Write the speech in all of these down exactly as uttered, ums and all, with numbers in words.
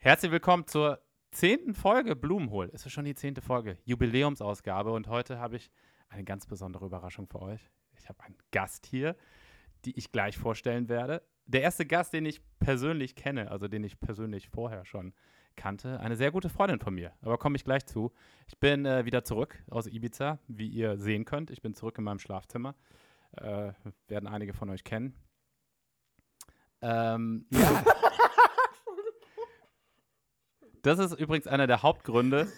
Herzlich willkommen zur zehnten Folge Blumenhohl. Es ist schon die zehnte Folge, Jubiläumsausgabe. Und heute habe ich eine ganz besondere Überraschung für euch. Ich habe einen Gast hier, die ich gleich vorstellen werde. Der erste Gast, den ich persönlich kenne, also den ich persönlich vorher schon kannte. Eine sehr gute Freundin von mir, aber komme ich gleich zu. Ich bin äh, wieder zurück aus Ibiza, wie ihr sehen könnt. Ich bin zurück in meinem Schlafzimmer. Äh, werden einige von euch kennen. Ähm, ja. Das ist übrigens einer der Hauptgründe.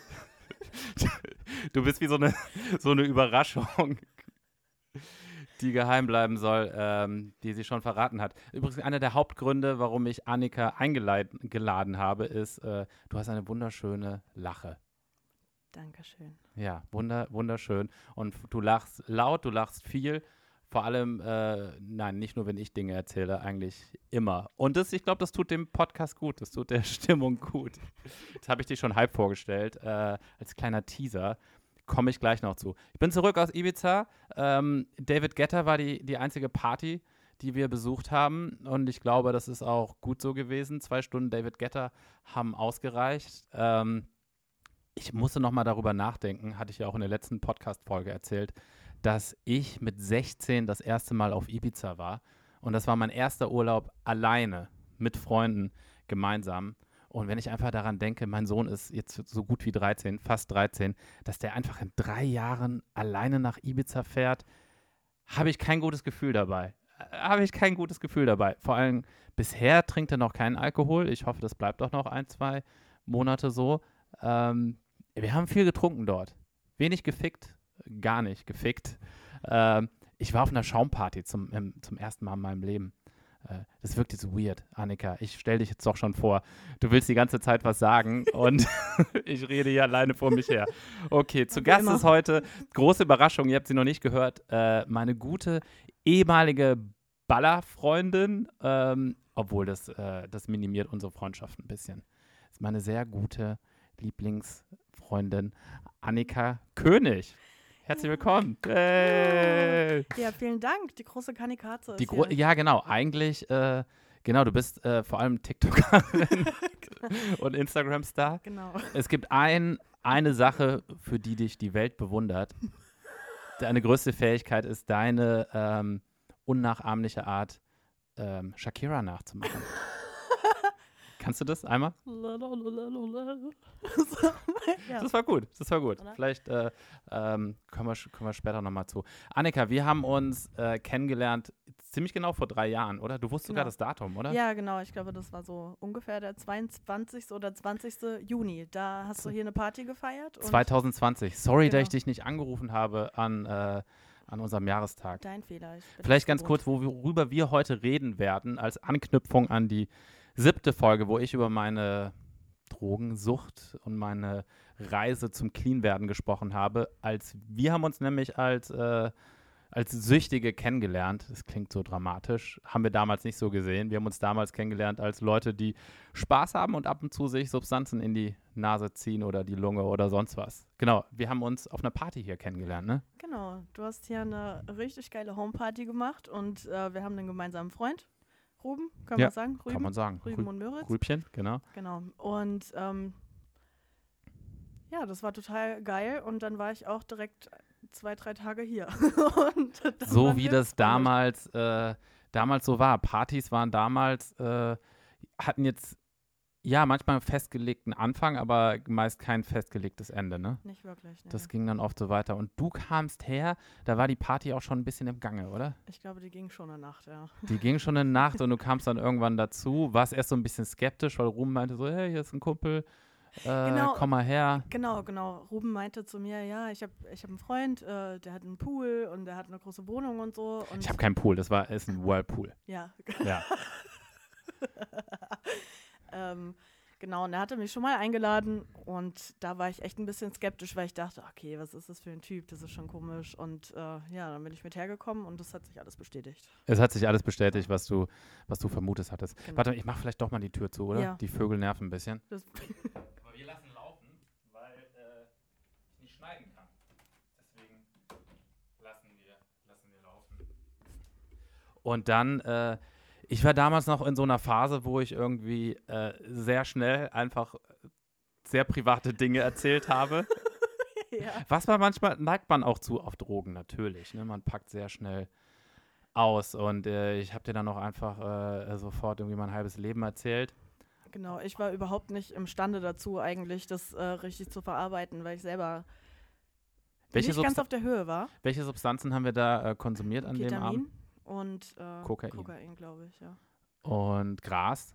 Du bist wie so eine, so eine Überraschung, die geheim bleiben soll, ähm, die sie schon verraten hat. Übrigens einer der Hauptgründe, warum ich Annika eingeladen habe, ist, äh, du hast eine wunderschöne Lache. Dankeschön. Ja, wunder, wunderschön. Und du lachst laut, du lachst viel. Vor allem, äh, nein, nicht nur, wenn ich Dinge erzähle, eigentlich immer. Und das, ich glaube, das tut dem Podcast gut, das tut der Stimmung gut. Das habe ich dir schon halb vorgestellt, äh, als kleiner Teaser. Komme ich gleich noch zu. Ich bin zurück aus Ibiza. Ähm, David Guetta war die, die einzige Party, die wir besucht haben. Und ich glaube, das ist auch gut so gewesen. Zwei Stunden David Guetta haben ausgereicht. Ähm, ich musste noch mal darüber nachdenken, hatte ich ja auch in der letzten Podcast-Folge erzählt, dass ich mit sechzehn das erste Mal auf Ibiza war. Und das war mein erster Urlaub alleine mit Freunden gemeinsam. Und wenn ich einfach daran denke, mein Sohn ist jetzt so gut wie dreizehn, fast dreizehn, dass der einfach in drei Jahren alleine nach Ibiza fährt, habe ich kein gutes Gefühl dabei. Habe ich kein gutes Gefühl dabei. Vor allem bisher trinkt er noch keinen Alkohol. Ich hoffe, das bleibt auch noch ein, zwei Monate so. Ähm, wir haben viel getrunken dort. Wenig gefickt. Gar nicht gefickt. Ähm, ich war auf einer Schaumparty zum, ähm, zum ersten Mal in meinem Leben. Äh, das wirkt jetzt weird, Annika. Ich stelle dich jetzt doch schon vor. Du willst die ganze Zeit was sagen und ich rede hier alleine vor mich her. Okay, zu Gast ist heute, große Überraschung, ihr habt sie noch nicht gehört, äh, meine gute ehemalige Ballerfreundin, ähm, obwohl das, äh, das minimiert unsere Freundschaft ein bisschen. Das ist meine sehr gute Lieblingsfreundin Annika König. Herzlich willkommen. Hey. Ja, vielen Dank. Die große Kamikaze Die ist Gro- hier. Ja, genau. Eigentlich, äh, genau, du bist äh, vor allem TikTokerin und Instagram-Star. Genau. Es gibt ein, eine Sache, für die dich die Welt bewundert. Deine größte Fähigkeit ist deine ähm, unnachahmliche Art, ähm, Shakira nachzumachen. Kannst du das einmal? Ja. Das war gut, das war gut. Oder? Vielleicht äh, ähm, kommen, wir, kommen wir später nochmal zu. Annika, wir haben uns äh, kennengelernt ziemlich genau vor drei Jahren, oder? Du wusstest Genau. sogar das Datum, oder? Ja, genau. Ich glaube, das war so ungefähr der zweiundzwanzigste oder zwanzigste Juni. Da hast du hier eine Party gefeiert. Und zwanzig zwanzig. Sorry, Genau. dass ich dich nicht angerufen habe an, äh, an unserem Jahrestag. Dein Fehler. Ich bin Vielleicht das ganz gewohnt. kurz, worüber wir heute reden werden, als Anknüpfung an die siebte Folge, wo ich über meine Drogensucht und meine Reise zum Cleanwerden gesprochen habe. Als wir haben uns nämlich als, äh, als Süchtige kennengelernt. Das klingt so dramatisch. Haben wir damals nicht so gesehen. Wir haben uns damals kennengelernt als Leute, die Spaß haben und ab und zu sich Substanzen in die Nase ziehen oder die Lunge oder sonst was. Genau, wir haben uns auf einer Party hier kennengelernt, ne? Genau. Du hast hier eine richtig geile Homeparty gemacht und äh, wir haben einen gemeinsamen Freund. Ruben, kann Ja, man sagen? Rüben? Kann man sagen. Rüben Rü- und Möritz. Rübchen, genau. Genau. Und ähm, ja, das war total geil. Und dann war ich auch direkt zwei, drei Tage hier. Und dann So waren wie wir das befreundet. damals, äh, damals so war. Partys waren damals, äh, hatten jetzt, ja, manchmal einen festgelegten Anfang, aber meist kein festgelegtes Ende, ne? Nicht wirklich, nee. Das ging dann oft so weiter. Und du kamst her, da war die Party auch schon ein bisschen im Gange, oder? Ich glaube, die ging schon eine Nacht, ja. Die ging schon eine Nacht und du kamst dann irgendwann dazu, warst erst so ein bisschen skeptisch, weil Ruben meinte so, hey, hier ist ein Kumpel, äh, Genau. komm mal her. Genau, genau. Ruben meinte zu mir, ja, ich habe ich hab einen Freund, äh, der hat einen Pool und der hat eine große Wohnung und so. Und Ich habe keinen Pool, das war, ist ein Whirlpool. Ja. Ja. ähm, genau, und er hatte mich schon mal eingeladen und da war ich echt ein bisschen skeptisch, weil ich dachte, okay, was ist das für ein Typ, das ist schon komisch. Und äh, ja, dann bin ich mit hergekommen und das hat sich alles bestätigt. Es hat sich alles bestätigt, was du, was du vermutet hattest. Genau. Warte, ich mache vielleicht doch mal die Tür zu, oder? Ja. Die Vögel nerven ein bisschen. Das Aber wir lassen laufen, weil äh, ich nicht schneiden kann. Deswegen lassen wir, lassen wir laufen. Und dann, äh, Ich war damals noch in so einer Phase, wo ich irgendwie äh, sehr schnell einfach sehr private Dinge erzählt habe. Ja. Was man manchmal, neigt man auch zu auf Drogen natürlich. Ne? Man packt sehr schnell aus und äh, ich habe dir dann auch einfach äh, sofort irgendwie mein halbes Leben erzählt. Genau, ich war überhaupt nicht imstande dazu eigentlich, das äh, richtig zu verarbeiten, weil ich selber Welche, nicht ganz Substa- auf der Höhe war. welche Substanzen haben wir da äh, konsumiert an dem Abend? Ketamin und äh, Kokain. Kokain, glaube ich, ja. Und Gras?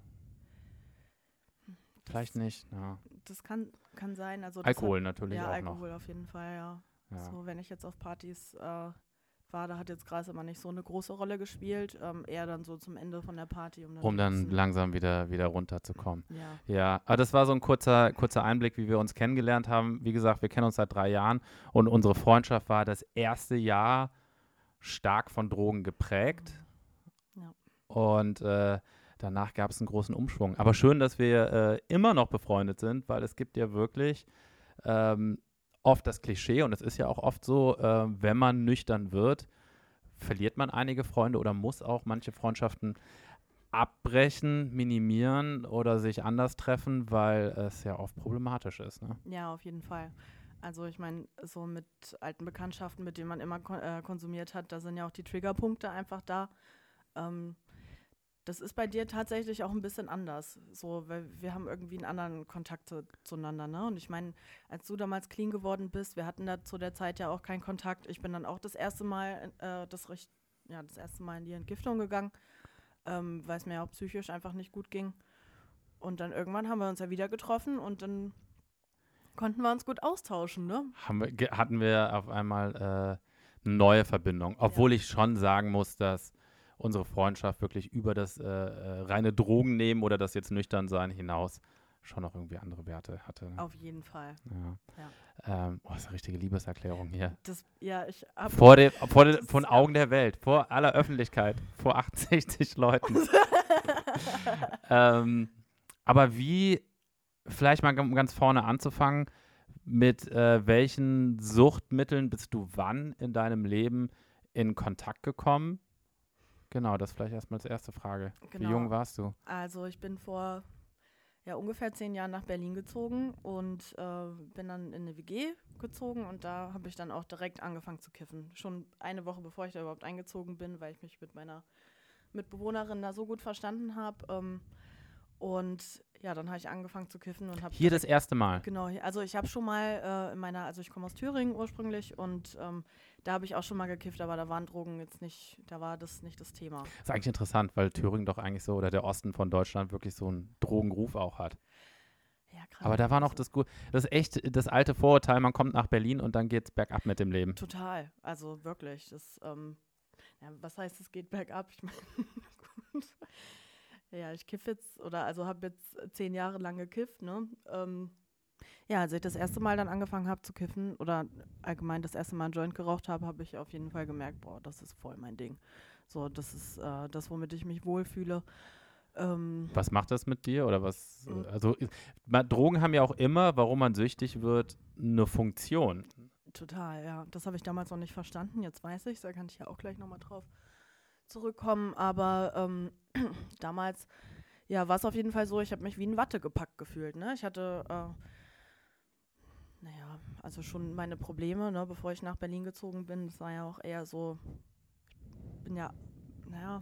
Das, Vielleicht nicht. Ja. Das kann, kann sein. Also das Alkohol hat, natürlich ja, auch Alkohol noch. auf jeden Fall, ja. Ja. So, wenn ich jetzt auf Partys äh, war, da hat jetzt Gras immer nicht so eine große Rolle gespielt. Ähm, eher dann so zum Ende von der Party. Um dann, Um ein dann bisschen- langsam wieder, wieder runterzukommen. Ja, Ja, aber das war so ein kurzer, kurzer Einblick, wie wir uns kennengelernt haben. Wie gesagt, wir kennen uns seit drei Jahren und unsere Freundschaft war das erste Jahr stark von Drogen geprägt. Ja. Und äh, danach gab es einen großen Umschwung. Aber schön, dass wir äh, immer noch befreundet sind, weil es gibt ja wirklich ähm, oft das Klischee, und es ist ja auch oft so, äh, wenn man nüchtern wird, verliert man einige Freunde oder muss auch manche Freundschaften abbrechen, minimieren oder sich anders treffen, weil es ja oft problematisch ist. Ne? ja, auf jeden Fall. Also ich meine, so mit alten Bekanntschaften, mit denen man immer kon äh, konsumiert hat, da sind ja auch die Triggerpunkte einfach da. Ähm, das ist bei dir tatsächlich auch ein bisschen anders, so, weil wir haben irgendwie einen anderen Kontakt zu, zueinander, ne? Und ich meine, als du damals clean geworden bist, wir hatten da zu der Zeit ja auch keinen Kontakt. Ich bin dann auch das erste Mal, äh, das, richt- ja, das erste Mal in die Entgiftung gegangen, ähm, weil es mir ja auch psychisch einfach nicht gut ging. Und dann irgendwann haben wir uns ja wieder getroffen und dann konnten wir uns gut austauschen, ne? Haben wir, ge- hatten wir auf einmal äh, eine neue Verbindung. Obwohl ich schon sagen muss, dass unsere Freundschaft wirklich über das äh, äh, reine Drogen nehmen oder das jetzt nüchtern sein hinaus schon noch irgendwie andere Werte hatte. Ne? Auf jeden Fall. Ja. Ja. Ähm, oh, das ist eine richtige Liebeserklärung hier. Das, ja, ich hab Vor den, vor den, Das von ist- Augen der Welt, vor aller Öffentlichkeit, vor achtundsechzig Leuten. ähm, aber wie, vielleicht mal g- ganz vorne anzufangen, mit äh, welchen Suchtmitteln bist du wann in deinem Leben in Kontakt gekommen? Genau, das vielleicht erstmal als erste Frage. Wie Genau. jung warst du? Also ich bin vor ja, ungefähr zehn Jahren nach Berlin gezogen und äh, bin dann in eine W G gezogen und da habe ich dann auch direkt angefangen zu kiffen. Schon eine Woche bevor ich da überhaupt eingezogen bin, weil ich mich mit meiner Mitbewohnerin da so gut verstanden habe. Ähm, und ja, dann habe ich angefangen zu kiffen und habe Hier das erste Mal. Genau, also ich habe schon mal äh, in meiner, also ich komme aus Thüringen ursprünglich und ähm, da habe ich auch schon mal gekifft, aber da waren Drogen jetzt nicht, da war das nicht das Thema. Ist eigentlich interessant, weil Thüringen doch eigentlich so, oder der Osten von Deutschland wirklich so einen Drogenruf auch hat. Ja, krass. Aber da war noch Also das gut, das ist echt das alte Vorurteil, man kommt nach Berlin und dann geht's bergab mit dem Leben. Total, also wirklich. Das, ähm, ja, was heißt, es geht bergab? Ich meine, gut. Ja, ich kiffe jetzt, oder also habe jetzt zehn Jahre lang gekifft, ne? Ähm, ja, als ich das erste Mal dann angefangen habe zu kiffen oder allgemein das erste Mal einen Joint geraucht habe, habe ich auf jeden Fall gemerkt, boah, das ist voll mein Ding. So, das ist äh, das, womit ich mich wohlfühle. Ähm, Was macht das mit dir? Oder was? Mhm. Also ma- Drogen haben ja auch immer, warum man süchtig wird, eine Funktion. Total, ja. Das habe ich damals noch nicht verstanden. Jetzt weiß ich, da kann ich ja auch gleich nochmal drauf zurückkommen. Aber ähm, damals, ja, war es auf jeden Fall so, ich habe mich wie in Watte gepackt gefühlt. Ne? Ich hatte, äh, naja, also schon meine Probleme, ne, bevor ich nach Berlin gezogen bin. Das war ja auch eher so, ich bin ja, naja,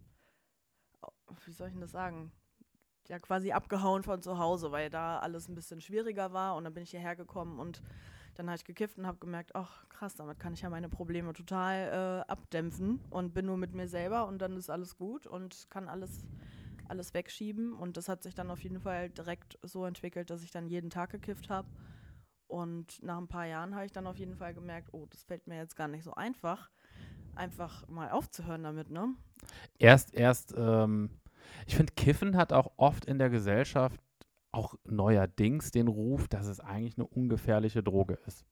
wie soll ich denn das sagen? Ja, quasi abgehauen von zu Hause, weil da alles ein bisschen schwieriger war. Und dann bin ich hierher gekommen und dann habe ich gekifft und habe gemerkt, ach krass, damit kann ich ja meine Probleme total äh, abdämpfen und bin nur mit mir selber und dann ist alles gut und kann alles, alles wegschieben. Und das hat sich dann auf jeden Fall direkt so entwickelt, dass ich dann jeden Tag gekifft habe. Und nach ein paar Jahren habe ich dann auf jeden Fall gemerkt, oh, das fällt mir jetzt gar nicht so einfach, einfach mal aufzuhören damit, ne? Erst, erst, ähm, ich finde, Kiffen hat auch oft in der Gesellschaft auch neuerdings den Ruf, dass es eigentlich eine ungefährliche Droge ist.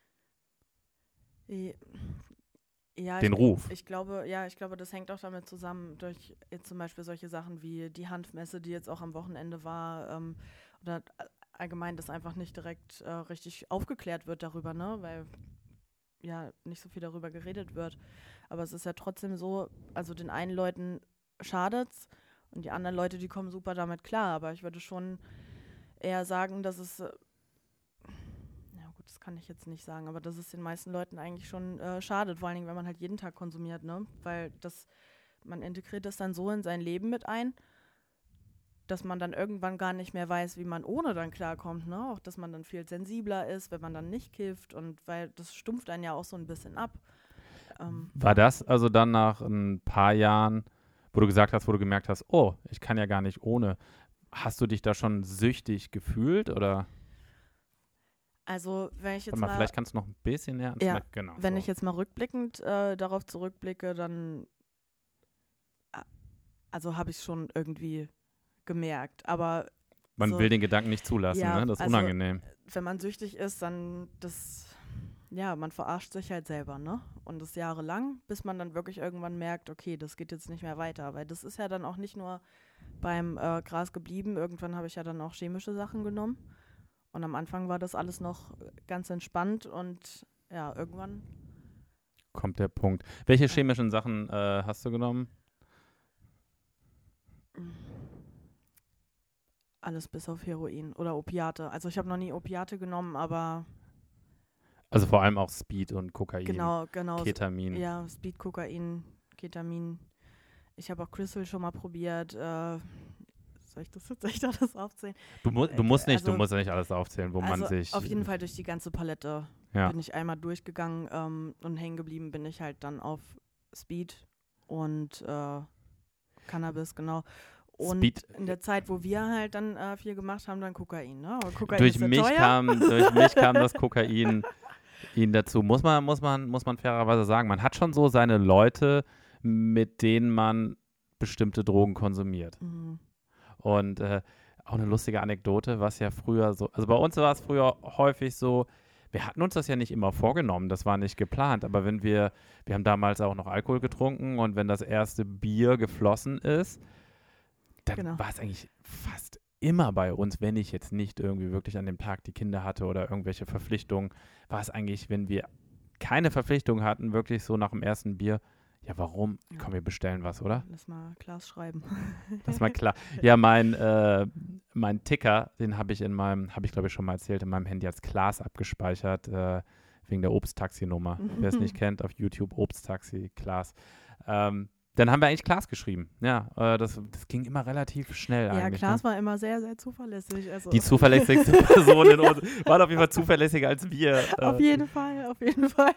Ja, Den ich, Ruf. ich glaube, ja, ich glaube, das hängt auch damit zusammen, durch jetzt zum Beispiel solche Sachen wie die Hanfmesse, die jetzt auch am Wochenende war, ähm, oder allgemein, dass einfach nicht direkt äh, richtig aufgeklärt wird darüber, ne, weil ja nicht so viel darüber geredet wird. Aber es ist ja trotzdem so, also den einen Leuten schadet's. Und die anderen Leute, die kommen super damit klar. Aber ich würde schon eher sagen, dass es, äh, ja gut, das kann ich jetzt nicht sagen, aber dass es den meisten Leuten eigentlich schon äh, schadet. Vor allen Dingen, wenn man halt jeden Tag konsumiert, ne? Weil das, man integriert das dann so in sein Leben mit ein, dass man dann irgendwann gar nicht mehr weiß, wie man ohne dann klarkommt, ne? Auch, dass man dann viel sensibler ist, wenn man dann nicht kifft und weil das stumpft einen ja auch so ein bisschen ab. Ähm, War das also dann nach ein paar Jahren, wo du gesagt hast, wo du gemerkt hast, oh, ich kann ja gar nicht ohne. Hast du dich da schon süchtig gefühlt oder? Also, wenn ich jetzt Warte mal, mal, vielleicht kannst du noch ein bisschen näher ans Ja, Mic- genau, wenn so. ich jetzt mal rückblickend äh, darauf zurückblicke, dann äh, also habe ich es schon irgendwie gemerkt. Aber Man so, will den Gedanken nicht zulassen, ja, ne? Das ist also, unangenehm. wenn man süchtig ist, dann das, ja, man verarscht sich halt selber, ne? Und das jahrelang, bis man dann wirklich irgendwann merkt, okay, das geht jetzt nicht mehr weiter. Weil das ist ja dann auch nicht nur beim äh, Gras geblieben. Irgendwann habe ich ja dann auch chemische Sachen genommen. Und am Anfang war das alles noch ganz entspannt und ja, irgendwann. Kommt der Punkt. Welche chemischen Sachen äh, hast du genommen? Alles bis auf Heroin oder Opiate. Also ich habe noch nie Opiate genommen, aber Also vor allem auch Speed und Kokain, genau, genau. Ketamin. Ja, Speed, Kokain, Ketamin. Ich habe auch Crystal schon mal probiert. Äh, soll ich das jetzt echt alles aufzählen? Du, mu du musst nicht, Also- du musst ja nicht alles aufzählen, wo also man sich. auf jeden Fall durch die ganze Palette Ja. bin ich einmal durchgegangen ähm, und hängen geblieben bin ich halt dann auf Speed und äh, Cannabis, genau. Und Speed- in der Zeit, wo wir halt dann äh, viel gemacht haben, dann Kokain, ne? Aber Kokain Durch ist ja mich teuer. kam, durch mich kam das Kokain ihn dazu. Muss man, muss man, muss man fairerweise sagen. Man hat schon so seine Leute, mit denen man bestimmte Drogen konsumiert. Mhm. Und äh, auch eine lustige Anekdote, was ja früher so, also bei uns war es früher häufig so, wir hatten uns das ja nicht immer vorgenommen, das war nicht geplant, aber wenn wir, wir haben damals auch noch Alkohol getrunken und wenn das erste Bier geflossen ist, dann Genau. war es eigentlich fast immer bei uns, wenn ich jetzt nicht irgendwie wirklich an dem Tag die Kinder hatte oder irgendwelche Verpflichtungen, war es eigentlich, wenn wir keine Verpflichtung hatten, wirklich so nach dem ersten Bier, ja warum? Ja. Komm, wir bestellen was, oder? Lass mal Klaas schreiben. Das ist mal klar. Ja, mein, äh, mein Ticker, den habe ich in meinem, habe ich glaube ich schon mal erzählt, in meinem Handy als Klaas abgespeichert, äh, wegen der Obsttaxi-Nummer. Wer es nicht kennt, auf YouTube Obsttaxi, Klaas. Ähm, dann haben wir eigentlich Klaas geschrieben. Ja, äh, das, das ging immer relativ schnell Ja, eigentlich. Klaas Ne? war immer sehr, sehr zuverlässig. Also Die zuverlässigste Person in uns, war auf jeden Fall zuverlässiger als wir. Äh, auf jeden Fall, auf jeden Fall.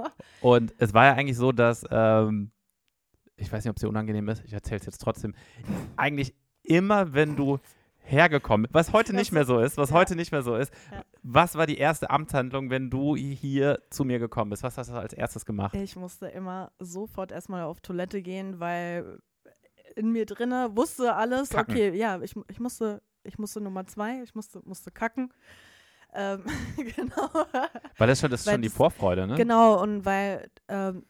Und es war ja eigentlich so, dass, ähm, ich weiß nicht, ob es dir unangenehm ist, ich erzähle es jetzt trotzdem, eigentlich immer, wenn du hergekommen bist, was heute nicht mehr so ist, was Ja. heute nicht mehr so ist, Ja. was war die erste Amtshandlung, wenn du hier zu mir gekommen bist? Was hast du als erstes gemacht? Ich musste immer sofort erstmal auf Toilette gehen, weil in mir drinne wusste alles, Kacken. okay, ja, ich, ich musste, ich musste Nummer zwei, ich musste, musste kacken. Ähm, genau. Weil das, schon, das ist Weil schon die das- Vorfreude, ne? Genau, und weil, ähm,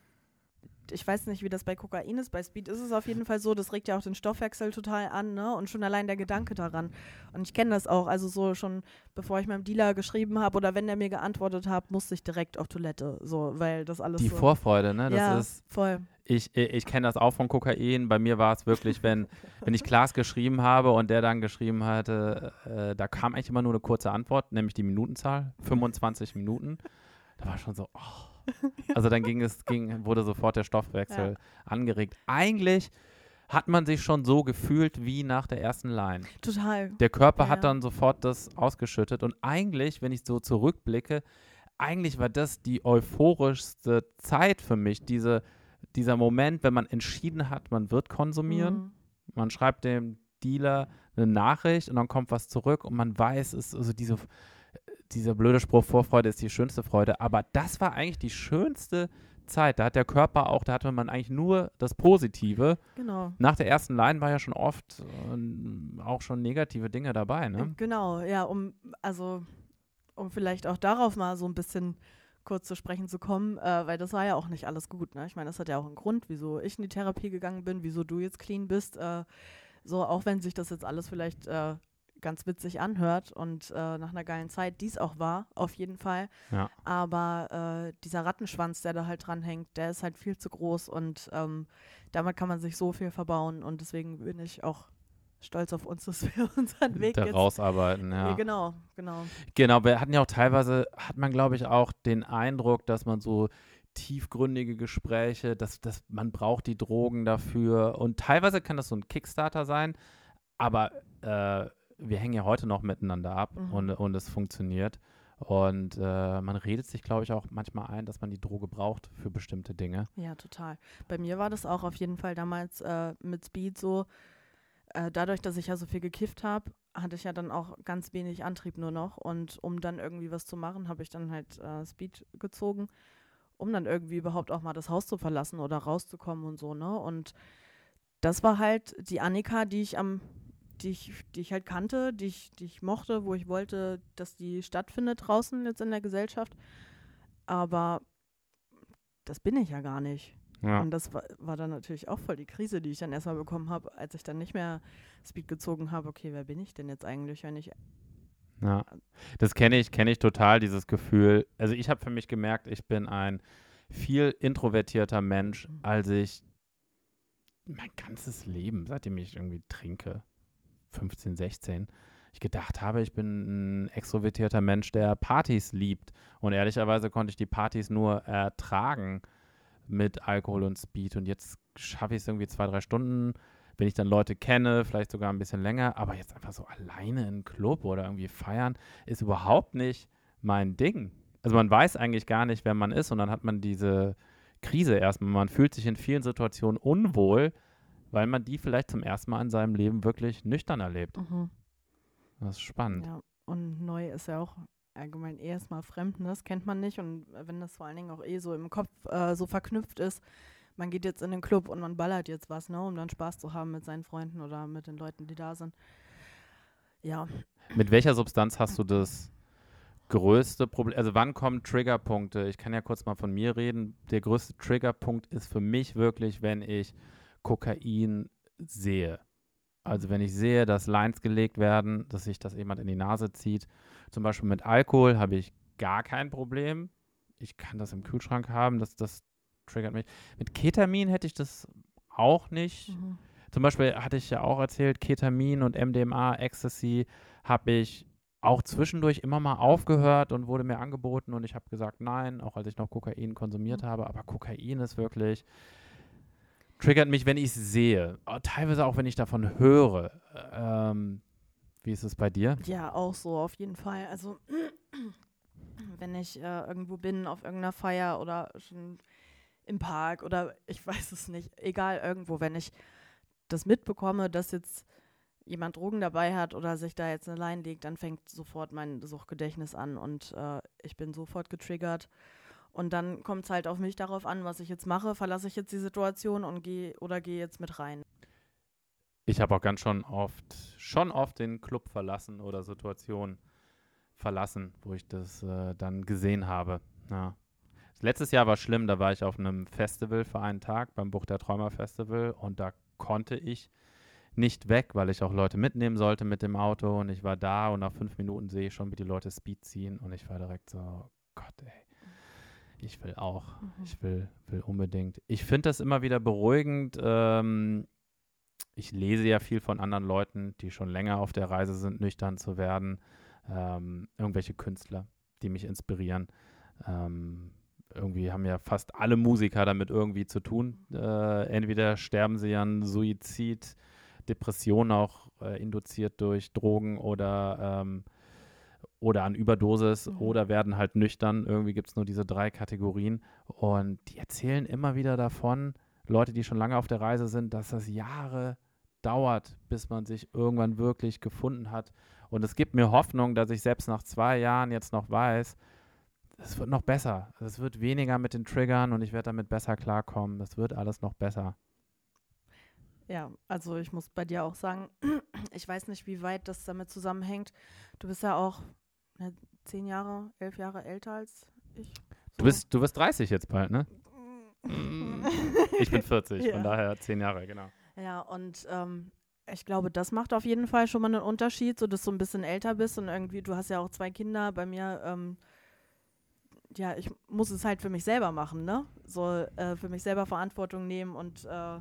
ich weiß nicht, wie das bei Kokain ist, bei Speed ist es auf jeden Fall so, das regt ja auch den Stoffwechsel total an, ne? Und schon allein der Gedanke daran. Und ich kenne das auch, also so schon, bevor ich meinem Dealer geschrieben habe oder wenn der mir geantwortet hat, musste ich direkt auf Toilette, so, weil das alles Die so. Vorfreude, ne? Das ja, ist, voll. ich, ich kenne das auch von Kokain. Bei mir war es wirklich, wenn, wenn ich Klaas geschrieben habe und der dann geschrieben hatte, äh, da kam eigentlich immer nur eine kurze Antwort, nämlich die Minutenzahl, fünfundzwanzig Minuten. Da war schon so, oh. Also dann ging es, ging, wurde sofort der Stoffwechsel Ja. angeregt. Eigentlich hat man sich schon so gefühlt wie nach der ersten Line. Total. Der Körper Ja, hat ja. dann sofort das ausgeschüttet und eigentlich, wenn ich so zurückblicke, eigentlich war das die euphorischste Zeit für mich, diese, dieser Moment, wenn man entschieden hat, man wird konsumieren, Mhm. man schreibt dem Dealer eine Nachricht und dann kommt was zurück und man weiß, es ist also diese, dieser blöde Spruch, Vorfreude ist die schönste Freude, aber das war eigentlich die schönste Zeit. Da hat der Körper auch, da hatte man eigentlich nur das Positive. Genau. Nach der ersten Line war ja schon oft äh, auch schon negative Dinge dabei, ne? Genau, ja, um, also, um vielleicht auch darauf mal so ein bisschen kurz zu sprechen zu kommen, äh, weil das war ja auch nicht alles gut, ne? Ich meine, das hat ja auch einen Grund, wieso ich in die Therapie gegangen bin, wieso du jetzt clean bist, äh, so, auch wenn sich das jetzt alles vielleicht äh, ganz witzig anhört und äh, nach einer geilen Zeit dies auch war, auf jeden Fall. Ja. Aber äh, dieser Rattenschwanz, der da halt dranhängt, der ist halt viel zu groß und ähm, damit kann man sich so viel verbauen und deswegen bin ich auch stolz auf uns, dass wir unseren Weg Da jetzt rausarbeiten, ja. Ja, genau, genau. Genau, wir hatten ja auch teilweise, hat man glaube ich auch den Eindruck, dass man so tiefgründige Gespräche, dass, dass man braucht die Drogen dafür und teilweise kann das so ein Kickstarter sein, aber äh, wir hängen ja heute noch miteinander ab Mhm. und, und es funktioniert und äh, man redet sich glaube ich auch manchmal ein, dass man die Droge braucht für bestimmte Dinge. Ja, total. Bei mir war das auch auf jeden Fall damals äh, mit Speed so, äh, dadurch, dass ich ja so viel gekifft habe, hatte ich ja dann auch ganz wenig Antrieb nur noch und um dann irgendwie was zu machen, habe ich dann halt äh, Speed gezogen, um dann irgendwie überhaupt auch mal das Haus zu verlassen oder rauszukommen und so, ne? Und das war halt die Annika, die ich am, die ich, die ich halt kannte, die ich, die ich mochte, wo ich wollte, dass die stattfindet draußen jetzt in der Gesellschaft. Aber das bin ich ja gar nicht. Ja. Und das war, war dann natürlich auch voll die Krise, die ich dann erstmal bekommen habe, als ich dann nicht mehr Speed gezogen habe. Okay, wer bin ich denn jetzt eigentlich, wenn ich Ja, das kenne ich, kenne ich total, dieses Gefühl. Also ich habe für mich gemerkt, ich bin ein viel introvertierter Mensch, als ich mein ganzes Leben, seitdem ich irgendwie trinke, fünfzehn, sechzehn, ich gedacht habe, ich bin ein extrovertierter Mensch, der Partys liebt. Und ehrlicherweise konnte ich die Partys nur ertragen mit Alkohol und Speed. Und jetzt schaffe ich es irgendwie zwei, drei Stunden, wenn ich dann Leute kenne, vielleicht sogar ein bisschen länger. Aber jetzt einfach so alleine in einen Club oder irgendwie feiern, ist überhaupt nicht mein Ding. Also man weiß eigentlich gar nicht, wer man ist. Und dann hat man diese Krise erstmal. Man fühlt sich in vielen Situationen unwohl, weil man die vielleicht zum ersten Mal in seinem Leben wirklich nüchtern erlebt. Mhm. Das ist spannend. Ja, und neu ist ja auch allgemein eh erstmal fremd, ne? Das kennt man nicht. Und wenn das vor allen Dingen auch eh so im Kopf äh, so verknüpft ist, man geht jetzt in den Club und man ballert jetzt was, ne, um dann Spaß zu haben mit seinen Freunden oder mit den Leuten, die da sind. Ja. Mit welcher Substanz hast du das größte Problem? Also wann kommen Triggerpunkte? Ich kann ja kurz mal von mir reden. Der größte Triggerpunkt ist für mich wirklich, wenn ich Kokain sehe. Also wenn ich sehe, dass Lines gelegt werden, dass sich das jemand in die Nase zieht. Zum Beispiel mit Alkohol habe ich gar kein Problem. Ich kann das im Kühlschrank haben, das, das triggert mich. Mit Ketamin hätte ich das auch nicht. Mhm. Zum Beispiel hatte ich ja auch erzählt, Ketamin und M D M A, Ecstasy, habe ich auch zwischendurch immer mal aufgehört und wurde mir angeboten und ich habe gesagt nein, auch als ich noch Kokain konsumiert Mhm. habe. Aber Kokain ist wirklich, triggert mich, wenn ich es sehe. Teilweise auch, wenn ich davon höre. Ähm, wie ist es bei dir? Ja, auch so, auf jeden Fall. Also, wenn ich äh, irgendwo bin, auf irgendeiner Feier oder schon im Park oder ich weiß es nicht, egal irgendwo, wenn ich das mitbekomme, dass jetzt jemand Drogen dabei hat oder sich da jetzt eine Line legt, dann fängt sofort mein Suchtgedächtnis an und äh, ich bin sofort getriggert. Und dann kommt es halt auf mich darauf an, was ich jetzt mache. Verlasse ich jetzt die Situation und gehe oder gehe jetzt mit rein. Ich habe auch ganz schon oft, schon oft den Club verlassen oder Situationen verlassen, wo ich das äh, dann gesehen habe. Ja. Letztes Jahr war schlimm, da war ich auf einem Festival für einen Tag, beim Buch der Träumer Festival und da konnte ich nicht weg, weil ich auch Leute mitnehmen sollte mit dem Auto und ich war da und nach fünf Minuten sehe ich schon, wie die Leute Speed ziehen und ich war direkt so, oh Gott ey, ich will auch, Mhm. ich will, will unbedingt. Ich finde das immer wieder beruhigend, ähm, ich lese ja viel von anderen Leuten, die schon länger auf der Reise sind, nüchtern zu werden, ähm, irgendwelche Künstler, die mich inspirieren, ähm, irgendwie haben ja fast alle Musiker damit irgendwie zu tun. Äh, entweder sterben sie an Suizid, Depression auch äh, induziert durch Drogen oder, ähm, oder an Überdosis Mhm. oder werden halt nüchtern. Irgendwie gibt es nur diese drei Kategorien. Und die erzählen immer wieder davon, Leute, die schon lange auf der Reise sind, dass das Jahre dauert, bis man sich irgendwann wirklich gefunden hat. Und es gibt mir Hoffnung, dass ich selbst nach zwei Jahren jetzt noch weiß, es wird noch besser. Es wird weniger mit den Triggern und ich werde damit besser klarkommen. Das wird alles noch besser. Ja, also ich muss bei dir auch sagen, ich weiß nicht, wie weit das damit zusammenhängt. Du bist ja auch ne, zehn Jahre, elf Jahre älter als ich. So. Du bist, du bist dreißig jetzt bald, ne? Ich bin vierzig, Ja. von daher zehn Jahre, genau. Ja, und ähm, Ich glaube, das macht auf jeden Fall schon mal einen Unterschied, so dass du ein bisschen älter bist und irgendwie, du hast ja auch zwei Kinder, bei mir, ähm, ja, ich muss es halt für mich selber machen, ne? So äh, für mich selber Verantwortung nehmen und äh,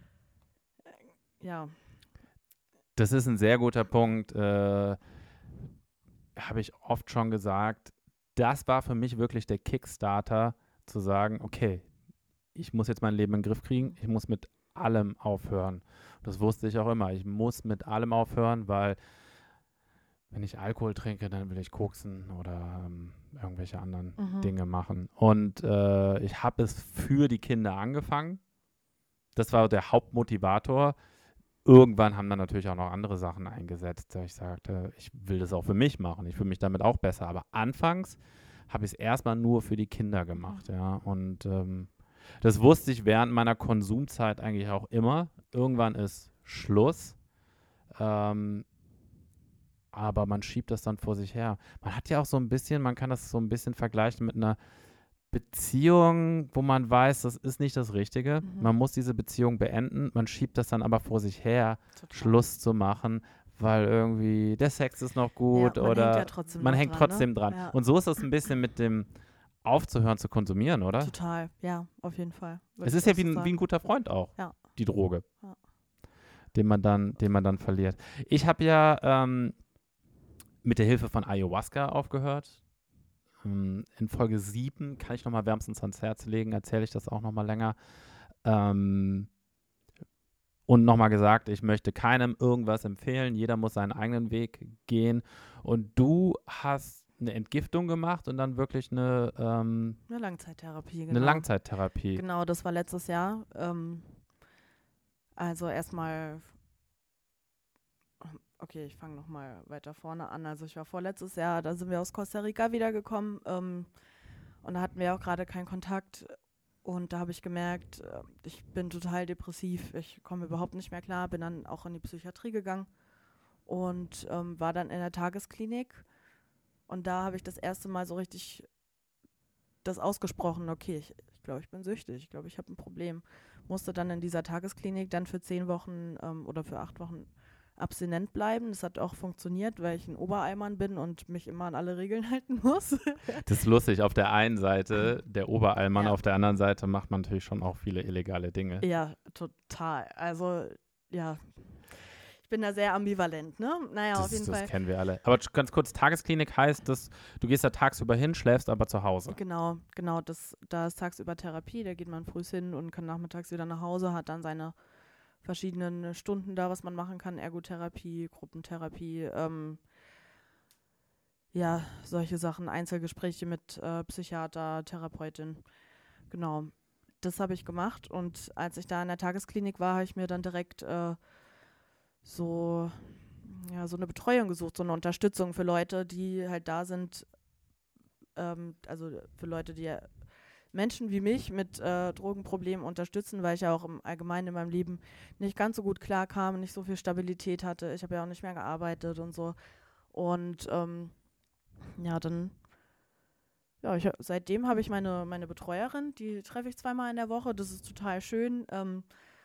ja. Das ist ein sehr guter Punkt, äh, habe ich oft schon gesagt. Das war für mich wirklich der Kickstarter, zu sagen, okay, ich muss jetzt mein Leben in den Griff kriegen, ich muss mit allem aufhören. Das wusste ich auch immer. Ich muss mit allem aufhören, weil wenn ich Alkohol trinke, dann will ich koksen oder ähm, irgendwelche anderen Mhm. Dinge machen. Und äh, ich habe es für die Kinder angefangen. Das war der Hauptmotivator. Irgendwann haben dann natürlich auch noch andere Sachen eingesetzt. Ich sagte, ich will das auch für mich machen. Ich fühle mich damit auch besser. Aber anfangs habe ich es erstmal nur für die Kinder gemacht. Ja. Und ähm, das wusste ich während meiner Konsumzeit eigentlich auch immer. Irgendwann ist Schluss. Ähm, aber man schiebt das dann vor sich her. Man hat ja auch so ein bisschen, man kann das so ein bisschen vergleichen mit einer Beziehung, wo man weiß, das ist nicht das Richtige. Mhm. Man muss diese Beziehung beenden. Man schiebt das dann aber vor sich her, Total. Schluss zu machen, weil irgendwie der Sex ist noch gut Ja, man oder hängt ja trotzdem man noch hängt dran, trotzdem ne? dran. Ja. Und so ist das ein bisschen mit dem aufzuhören zu konsumieren, oder? Total, ja, auf jeden Fall. Würde Es ich ist ja auch wie so ein, sagen. wie ein guter Freund auch, Ja. die Droge, Ja. den man dann, den man dann verliert. Ich habe ja ähm, mit der Hilfe von Ayahuasca aufgehört. Ähm, in Folge sieben kann ich nochmal wärmstens ans Herz legen, erzähle ich das auch nochmal länger. Ähm, und nochmal gesagt, ich möchte keinem irgendwas empfehlen. Jeder muss seinen eigenen Weg gehen. Und du hast eine Entgiftung gemacht und dann wirklich eine, ähm, Eine Langzeittherapie, genau. eine Langzeittherapie. Genau, das war letztes Jahr. Ähm, also erstmal, okay, ich fange nochmal weiter vorne an. Also ich war vorletztes Jahr, da sind wir aus Costa Rica wiedergekommen ähm, und da hatten wir auch gerade keinen Kontakt. Und da habe ich gemerkt, äh, ich bin total depressiv, ich komme überhaupt nicht mehr klar, bin dann auch in die Psychiatrie gegangen und ähm, war dann in der Tagesklinik. Und da habe ich das erste Mal so richtig das ausgesprochen, okay, ich, ich glaube, ich bin süchtig, ich glaube, ich habe ein Problem. Musste dann in dieser Tagesklinik dann für zehn Wochen ähm, oder für acht Wochen abstinent bleiben. Das hat auch funktioniert, weil ich ein Obereimann bin und mich immer an alle Regeln halten muss. Das ist lustig. Auf der einen Seite der Oberallmann, Ja. auf der anderen Seite macht man natürlich schon auch viele illegale Dinge. Ja, total. Also, ja, ich bin da sehr ambivalent, ne? Naja, das auf jeden das Fall. kennen wir alle. Aber ganz kurz, Tagesklinik heißt, dass du gehst da tagsüber hin, schläfst aber zu Hause. Genau, genau. Das, da ist tagsüber Therapie, da geht man früh hin und kann nachmittags wieder nach Hause, hat dann seine verschiedenen Stunden da, was man machen kann, Ergotherapie, Gruppentherapie, ähm, ja, solche Sachen, Einzelgespräche mit äh, Psychiater, Therapeutin, genau. Das habe ich gemacht und als ich da in der Tagesklinik war, habe ich mir dann direkt äh, so, ja, so eine Betreuung gesucht, so eine Unterstützung für Leute, die halt da sind, ähm, also für Leute, die Menschen wie mich mit äh, Drogenproblemen unterstützen, weil ich ja auch im Allgemeinen in meinem Leben nicht ganz so gut klarkam, nicht so viel Stabilität hatte. Ich habe ja auch nicht mehr gearbeitet und so. Und ähm, ja, dann, ja, ich, seitdem habe ich meine, meine Betreuerin, die treffe ich zweimal in der Woche. Das ist total schön. Ähm,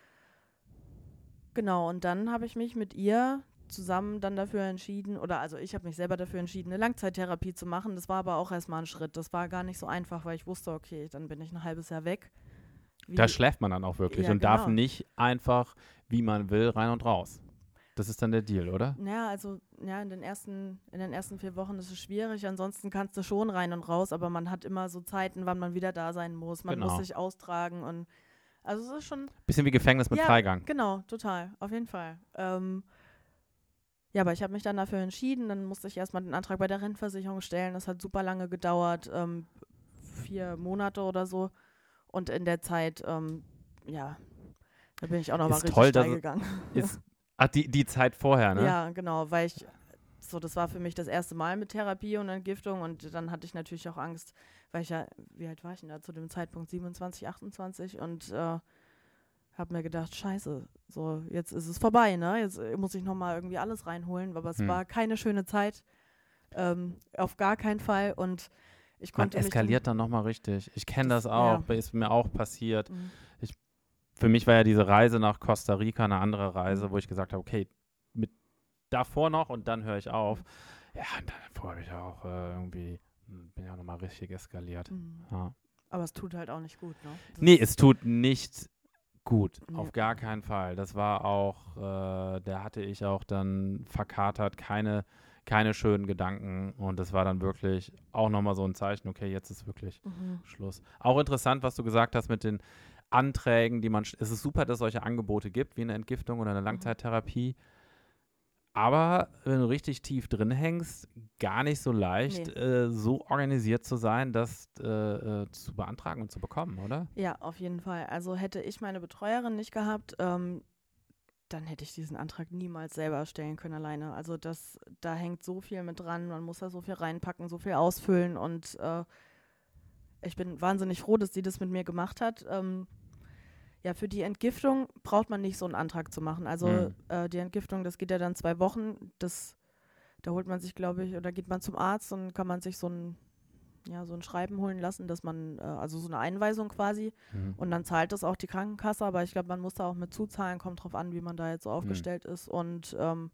genau, und dann habe ich mich mit ihr zusammen dann dafür entschieden, oder also ich habe mich selber dafür entschieden, eine Langzeittherapie zu machen. Das war aber auch erstmal ein Schritt. Das war gar nicht so einfach, weil ich wusste, okay, dann bin ich ein halbes Jahr weg. Wie, Da schläft man dann auch wirklich Ja, und darf genau. nicht einfach, wie man will, rein und raus. Das ist dann der Deal, oder? Ja, also ja, in den ersten, in den ersten vier Wochen ist es schwierig. Ansonsten kannst du schon rein und raus, aber man hat immer so Zeiten, wann man wieder da sein muss. Man Genau. muss sich austragen und also es ist schon. Bisschen wie Gefängnis mit ja, Freigang. Genau, total, auf jeden Fall. Ähm, ja, aber ich habe mich dann dafür entschieden. Dann musste ich erstmal den Antrag bei der Rentenversicherung stellen. Das hat super lange gedauert, ähm, vier Monate oder so. Und in der Zeit, ähm, ja, da bin ich auch nochmal Ist richtig toll, dass steil es- gegangen. Ist, ach, die, die Zeit vorher, ne? Ja, genau, weil ich, so, das war für mich das erste Mal mit Therapie und Entgiftung und dann hatte ich natürlich auch Angst, weil ich ja, wie alt war ich denn da zu dem Zeitpunkt? siebenundzwanzig, achtundzwanzig und äh, habe mir gedacht, scheiße, so, jetzt ist es vorbei, ne? Jetzt äh, muss ich nochmal irgendwie alles reinholen, aber es Hm. war keine schöne Zeit, ähm, auf gar keinen Fall und ich Man konnte mich eskaliert dann nochmal richtig. Ich kenne das, Das- auch, ja. ist mir auch passiert. dann, Mhm. für mich war ja diese Reise nach Costa Rica eine andere Reise, wo ich gesagt habe, okay, mit davor noch und dann höre ich auf. Ja, und davor habe ich auch äh, irgendwie, bin ja nochmal richtig eskaliert. Mhm. Ja. Aber es tut halt auch nicht gut, ne? Das Nee, ist- es tut nicht gut, Nee. auf gar keinen Fall. Das war auch, äh, da hatte ich auch dann verkatert, keine, keine schönen Gedanken und das war dann wirklich auch nochmal so ein Zeichen, okay, jetzt ist wirklich Mhm. Schluss. Auch interessant, was du gesagt hast mit den Anträgen, die man, sch- es ist super, dass es solche Angebote gibt, wie eine Entgiftung oder eine Langzeittherapie, aber wenn du richtig tief drin hängst, gar nicht so leicht, Nee. äh, so organisiert zu sein, das äh, äh, zu beantragen und zu bekommen, oder? Ja, auf jeden Fall. Also hätte ich meine Betreuerin nicht gehabt, ähm, dann hätte ich diesen Antrag niemals selber stellen können alleine. Also das, da hängt so viel mit dran, man muss da so viel reinpacken, so viel ausfüllen und äh, ich bin wahnsinnig froh, dass sie das mit mir gemacht hat. Ähm, ja, für die Entgiftung braucht man nicht so einen Antrag zu machen. Also Mhm. äh, die Entgiftung, das geht ja dann zwei Wochen. Das, da holt man sich, glaube ich, oder geht man zum Arzt und kann man sich so ein, ja, so ein Schreiben holen lassen, dass man, äh, also so eine Einweisung quasi. Mhm. Und dann zahlt das auch die Krankenkasse, aber ich glaube, man muss da auch mit zuzahlen, kommt drauf an, wie man da jetzt so aufgestellt ist. Und ähm,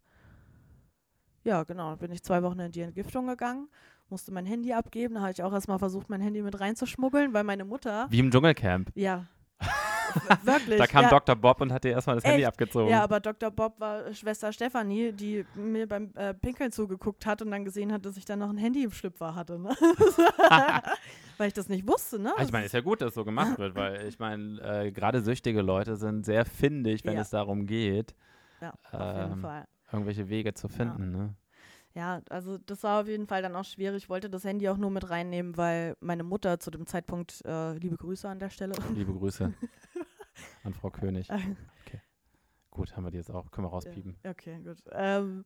ja, genau, bin ich zwei Wochen in die Entgiftung gegangen, musste mein Handy abgeben. Da habe ich auch erstmal versucht, mein Handy mit reinzuschmuggeln, weil meine Mutter, Wie im Dschungelcamp. ja, w- wirklich. Da kam ja, Doktor Bob und hat dir erstmal das Handy Echt? abgezogen. Ja, aber Doktor Bob war Schwester Stefanie, die mir beim äh, Pinkeln zugeguckt hat und dann gesehen hat, dass ich dann noch ein Handy im Schlüpfer hatte. Ne? Weil ich das nicht wusste, ne? Ah, ich meine, ist ja gut, dass so gemacht wird, weil ich meine, äh, gerade süchtige Leute sind sehr findig, wenn Ja. es darum geht, Ja, auf jeden ähm, Fall. irgendwelche Wege zu finden. Ne? Ja, also das war auf jeden Fall dann auch schwierig. Ich wollte das Handy auch nur mit reinnehmen, weil meine Mutter zu dem Zeitpunkt, äh, liebe Grüße an der Stelle. Liebe Grüße an Frau König. Okay. Gut, haben wir die jetzt auch. Können wir rauspiepen. Ja, okay, gut. Ähm,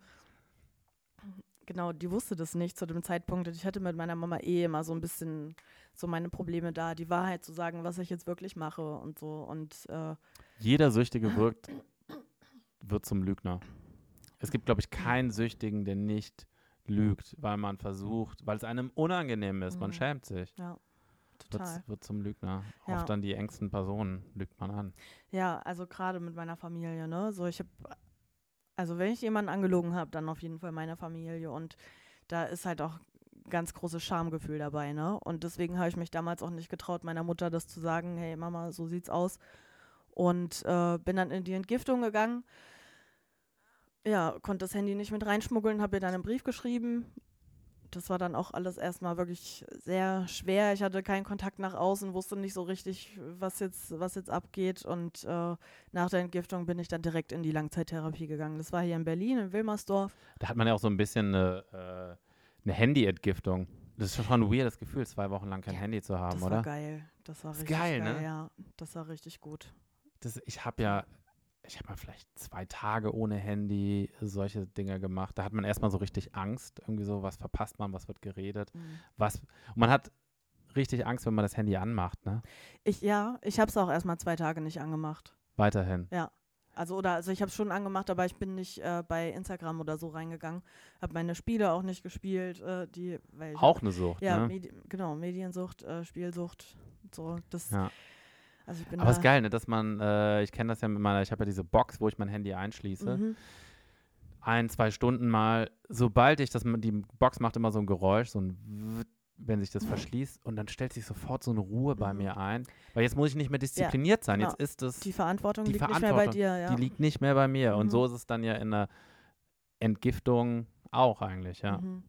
genau, die wusste das nicht zu dem Zeitpunkt. Ich hatte mit meiner Mama eh immer so ein bisschen so meine Probleme da, die Wahrheit zu sagen, was ich jetzt wirklich mache und so. Und äh, Jeder Süchtige wirkt, wird zum Lügner. Es gibt, glaube ich, keinen Süchtigen, der nicht lügt, weil man versucht, weil es einem unangenehm ist. Man Mhm. schämt sich. ja, Wird, total. wird zum Lügner. Ja. Oft dann die engsten Personen lügt man an. Ja, also gerade mit meiner Familie, ne? So, ich habe, also wenn ich jemanden angelogen habe, dann auf jeden Fall meine Familie. Und da ist halt auch ganz großes Schamgefühl dabei, ne? Und deswegen habe ich mich damals auch nicht getraut, meiner Mutter das zu sagen, hey Mama, so sieht's aus. Und äh, bin dann in die Entgiftung gegangen. Ja, konnte das Handy nicht mit reinschmuggeln, habe ihr dann einen Brief geschrieben. Das war dann auch alles erstmal wirklich sehr schwer. Ich hatte keinen Kontakt nach außen, wusste nicht so richtig, was jetzt, was jetzt abgeht. Und äh, nach der Entgiftung bin ich dann direkt in die Langzeittherapie gegangen. Das war hier in Berlin, in Wilmersdorf. Da hat man ja auch so ein bisschen eine, äh, eine Handy-Entgiftung. Das ist schon ein weirdes Gefühl, zwei Wochen lang kein Ja, Handy zu haben, Das oder? war geil. Das war Ist richtig geil, geil, ne? ja. Das war richtig gut. Das, ich habe ja, ich habe mal vielleicht zwei Tage ohne Handy solche Dinge gemacht. Da hat man erstmal so richtig Angst. Irgendwie so, was verpasst man, was wird geredet. Mhm. Was, und man hat richtig Angst, wenn man das Handy anmacht, ne? Ich, ja, ich habe es auch erstmal zwei Tage nicht angemacht. Weiterhin. Also oder also ich habe es schon angemacht, aber ich bin nicht äh, bei Instagram oder so reingegangen. Habe meine Spiele auch nicht gespielt, äh, die weil ich Auch eine Sucht, ja ne? Medi genau Mediensucht, äh, Spielsucht, so das. Ja. Also ich bin Aber es da, ist geil, ne, dass man, äh, ich kenne das ja mit meiner, ich habe ja diese Box, wo ich mein Handy einschließe. Mhm. Ein, zwei Stunden mal, sobald ich das, die Box macht immer so ein Geräusch, so ein Wut, wenn sich das verschließt und dann stellt sich sofort so eine Ruhe bei Mhm. mir ein, weil jetzt muss ich nicht mehr diszipliniert sein, genau. jetzt ist es, Die Verantwortung die liegt nicht mehr bei Verantwortung, dir, ja. die liegt nicht mehr bei mir und Mhm. so ist es dann ja in der Entgiftung auch eigentlich, ja. Mhm.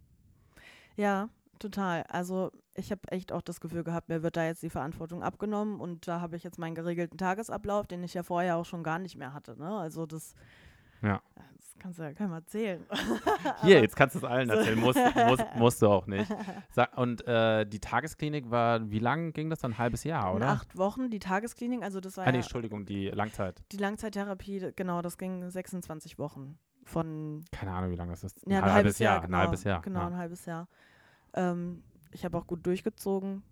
Ja, total. Also ich habe echt auch das Gefühl gehabt, mir wird da jetzt die Verantwortung abgenommen und da habe ich jetzt meinen geregelten Tagesablauf, den ich ja vorher auch schon gar nicht mehr hatte. Ne? Also das, Ja. das kannst du ja keinem erzählen. Hier, Aber- jetzt kannst du es allen erzählen, musst, musst, musst du auch nicht. Sag, und äh, die Tagesklinik war, wie lang ging das dann? Ein halbes Jahr, In oder? acht Wochen die Tagesklinik, also das war Ah, nee, ja Entschuldigung, die Langzeit. die Langzeittherapie, d- genau, das ging sechsundzwanzig Wochen. Von Keine Ahnung, wie lange das ist. ja, ein halbes Jahr, ein genau, halbes Jahr. Genau, ja. ein halbes Jahr. Ähm, ich habe auch gut durchgezogen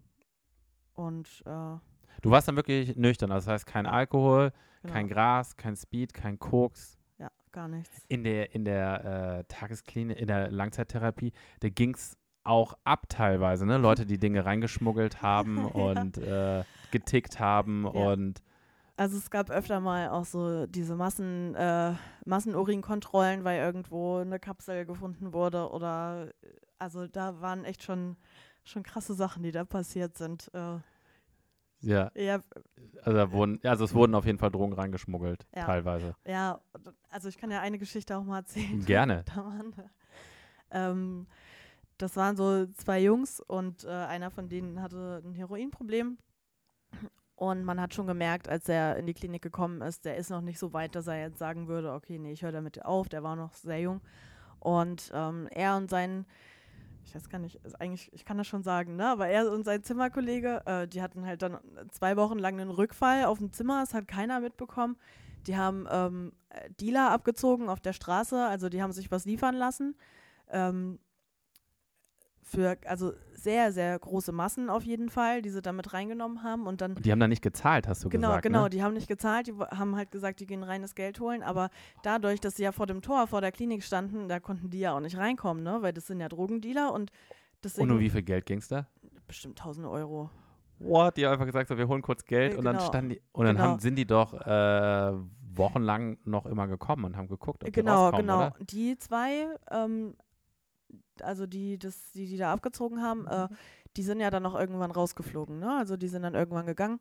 und äh, Du warst dann wirklich nüchtern, also das heißt kein Alkohol, genau. kein Gras, kein Speed, kein Koks. Ja, gar nichts. In der, in der äh, Tagesklinik, in der Langzeittherapie, da ging es auch ab teilweise, ne? Leute, die Dinge reingeschmuggelt haben Ja. und äh, getickt haben Ja. und Also es gab öfter mal auch so diese Massen, äh, Massenurinkontrollen, weil irgendwo eine Kapsel gefunden wurde oder also da waren echt schon, schon krasse Sachen, die da passiert sind. Äh, Ja, ja, also, da wurden, also es wurden auf jeden Fall Drogen reingeschmuggelt, Ja. teilweise. ja, also ich kann ja eine Geschichte auch mal erzählen. Gerne. Da waren, ähm, das waren so zwei Jungs und äh, einer von denen hatte ein Heroinproblem. Und man hat schon gemerkt, als er in die Klinik gekommen ist, der ist noch nicht so weit, dass er jetzt sagen würde, okay, nee, ich höre damit auf, der war noch sehr jung. Und ähm, er und sein, ich weiß gar nicht, ist eigentlich, ich kann das schon sagen, ne, aber er und sein Zimmerkollege, äh, die hatten halt dann zwei Wochen lang einen Rückfall auf dem Zimmer, das hat keiner mitbekommen. Die haben ähm, Dealer abgezogen auf der Straße, also die haben sich was liefern lassen. Ähm, für also sehr, sehr große Massen auf jeden Fall, die sie damit reingenommen haben. Und dann Und die haben da nicht gezahlt, hast du Genau, gesagt, genau, ne? die haben nicht gezahlt, die wo- haben halt gesagt, die gehen reines Geld holen, aber dadurch, dass sie ja vor dem Tor, vor der Klinik standen, da konnten die ja auch nicht reinkommen, ne, weil das sind ja Drogendealer und deswegen Und um wie viel Geld ging's da? bestimmt tausend Euro. What? Die haben einfach gesagt, so, wir holen kurz Geld Äh, und dann genau. standen die, und dann Genau. haben, sind die doch äh, wochenlang noch immer gekommen und haben geguckt, ob die Genau, rauskommen, genau. oder? Die zwei, ähm, also die, das, die, die da abgezogen haben, äh, die sind ja dann noch irgendwann rausgeflogen, ne? Also die sind dann irgendwann gegangen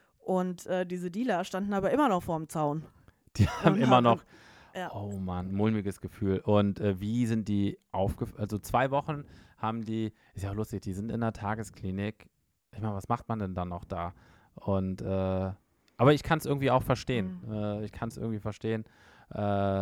und äh, diese Dealer standen aber immer noch vorm Zaun. Die haben Und immer haben- noch, ja. oh Mann, mulmiges Gefühl. Und äh, wie sind die aufgefallen? Also zwei Wochen haben die, ist ja auch lustig, die sind in der Tagesklinik. Ich meine, was macht man denn dann noch da? Und, äh, aber ich kann es irgendwie auch verstehen. Mhm. Äh, ich kann es irgendwie verstehen. Äh,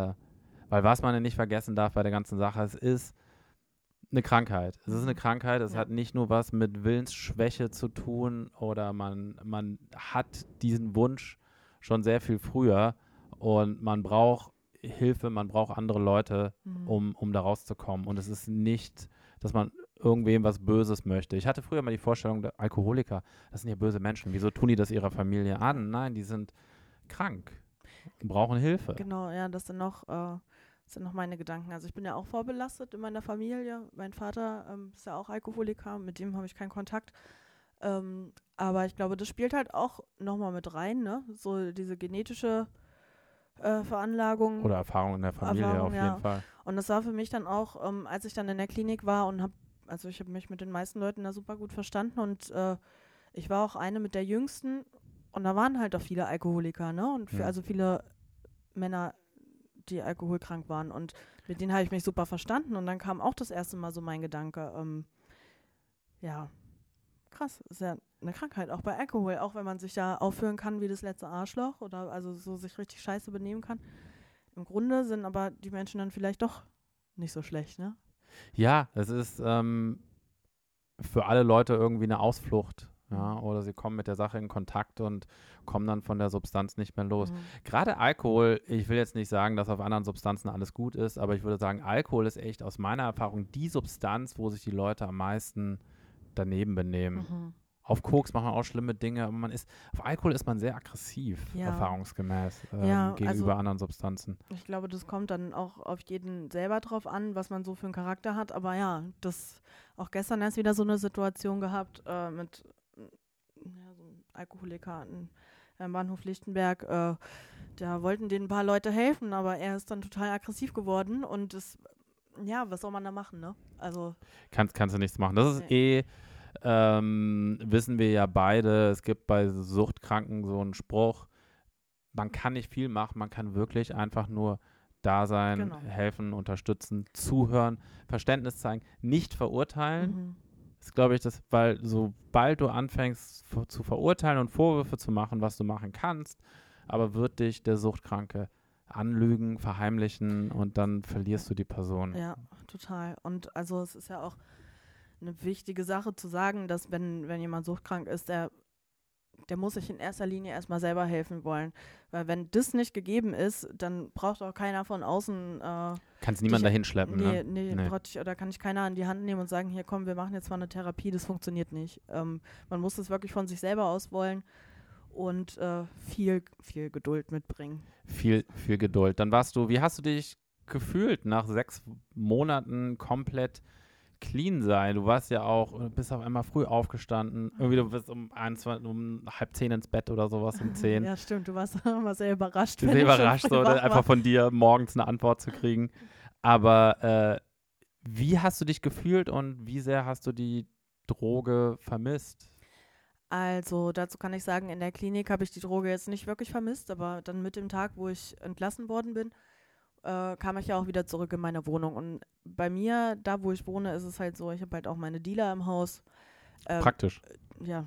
weil was man nicht vergessen darf bei der ganzen Sache, es ist eine Krankheit. Es ist eine Mhm. Krankheit, es Ja. hat nicht nur was mit Willensschwäche zu tun oder man, man hat diesen Wunsch schon sehr viel früher und man braucht Hilfe, man braucht andere Leute, Mhm. um, um da rauszukommen. Und es ist nicht, dass man irgendwem was Böses möchte. Ich hatte früher mal die Vorstellung, der Alkoholiker, das sind ja böse Menschen. Wieso tun die das ihrer Familie an? Nein, die sind krank und brauchen Hilfe. Genau, ja, das sind noch, äh, das sind noch meine Gedanken. Also ich bin ja auch vorbelastet in meiner Familie. Mein Vater ähm, ist ja auch Alkoholiker, mit dem habe ich keinen Kontakt. Ähm, aber ich glaube, das spielt halt auch nochmal mit rein, ne? So diese genetische äh, Veranlagung. Oder Erfahrung in der Familie Erfahrung, auf ja. jeden Fall. Und das war für mich dann auch, ähm, als ich dann in der Klinik war und habe, also ich habe mich mit den meisten Leuten da super gut verstanden und äh, ich war auch eine mit der Jüngsten und da waren halt auch viele Alkoholiker, ne? Und für, Hm. also viele Männer, die alkoholkrank waren und mit denen habe ich mich super verstanden und dann kam auch das erste Mal so mein Gedanke, ähm, ja, krass, ist ja eine Krankheit, auch bei Alkohol, auch wenn man sich da aufführen kann wie das letzte Arschloch oder also so sich richtig scheiße benehmen kann. Im Grunde sind aber die Menschen dann vielleicht doch nicht so schlecht, ne? Ja, es ist ähm, für alle Leute irgendwie eine Ausflucht. Ja, oder sie kommen mit der Sache in Kontakt und kommen dann von der Substanz nicht mehr los. Mhm. Gerade Alkohol, ich will jetzt nicht sagen, dass auf anderen Substanzen alles gut ist, aber ich würde sagen, Alkohol ist echt aus meiner Erfahrung die Substanz, wo sich die Leute am meisten daneben benehmen. Mhm. Auf Koks machen auch schlimme Dinge, aber man ist, auf Alkohol ist man sehr aggressiv, Ja. erfahrungsgemäß, ähm, Ja, gegenüber also- anderen Substanzen. Ich glaube, das kommt dann auch auf jeden selber drauf an, was man so für einen Charakter hat. Aber ja, das auch gestern erst wieder so eine Situation gehabt äh, mit äh, ja, so einem Alkoholiker in, am Bahnhof Lichtenberg. Äh, da wollten denen ein paar Leute helfen, aber er ist dann total aggressiv geworden und das, ja, was soll man da machen, ne? Also, Kannst, kannst du nichts machen. Das ist eh, ähm, wissen wir ja beide, es gibt bei Suchtkranken so einen Spruch, man kann nicht viel machen, man kann wirklich einfach nur da sein, Genau. helfen, unterstützen, zuhören, Verständnis zeigen, nicht verurteilen. mhm. Das glaube ich, das, weil sobald du anfängst f- zu verurteilen und Vorwürfe zu machen, was du machen kannst, aber wird dich der Suchtkranke anlügen, verheimlichen und dann verlierst du die Person. Ja, total. Und also es ist ja auch eine wichtige Sache zu sagen, dass wenn, wenn jemand suchtkrank ist, der, der muss sich in erster Linie erstmal selber helfen wollen. Weil wenn das nicht gegeben ist, dann braucht auch keiner von außen äh, Kannst niemand dich- dahin schleppen, nee, ne? nee, Nee. braucht ich, oder kann ich keiner an die Hand nehmen und sagen, hier komm, wir machen jetzt mal eine Therapie, das funktioniert nicht. Ähm, man muss das wirklich von sich selber aus wollen und äh, viel, viel Geduld mitbringen. Viel, viel Geduld. Dann warst du, wie hast du dich gefühlt nach sechs Monaten komplett clean sein. Du warst ja auch, bist auf einmal früh aufgestanden. Irgendwie du bist um, einundzwanzig, um halb zehn ins Bett oder sowas, um zehn. Ja, stimmt. Du warst immer sehr überrascht. Sehr überrascht, so, einfach von dir morgens eine Antwort zu kriegen. Aber äh, wie hast du dich gefühlt und wie sehr hast du die Droge vermisst? Also dazu kann ich sagen, in der Klinik habe ich die Droge jetzt nicht wirklich vermisst, aber dann mit dem Tag, wo ich entlassen worden bin, äh, kam ich ja auch wieder zurück in meine Wohnung. Und bei mir, da wo ich wohne, ist es halt so, ich habe halt auch meine Dealer im Haus. Ähm, Praktisch. Ja,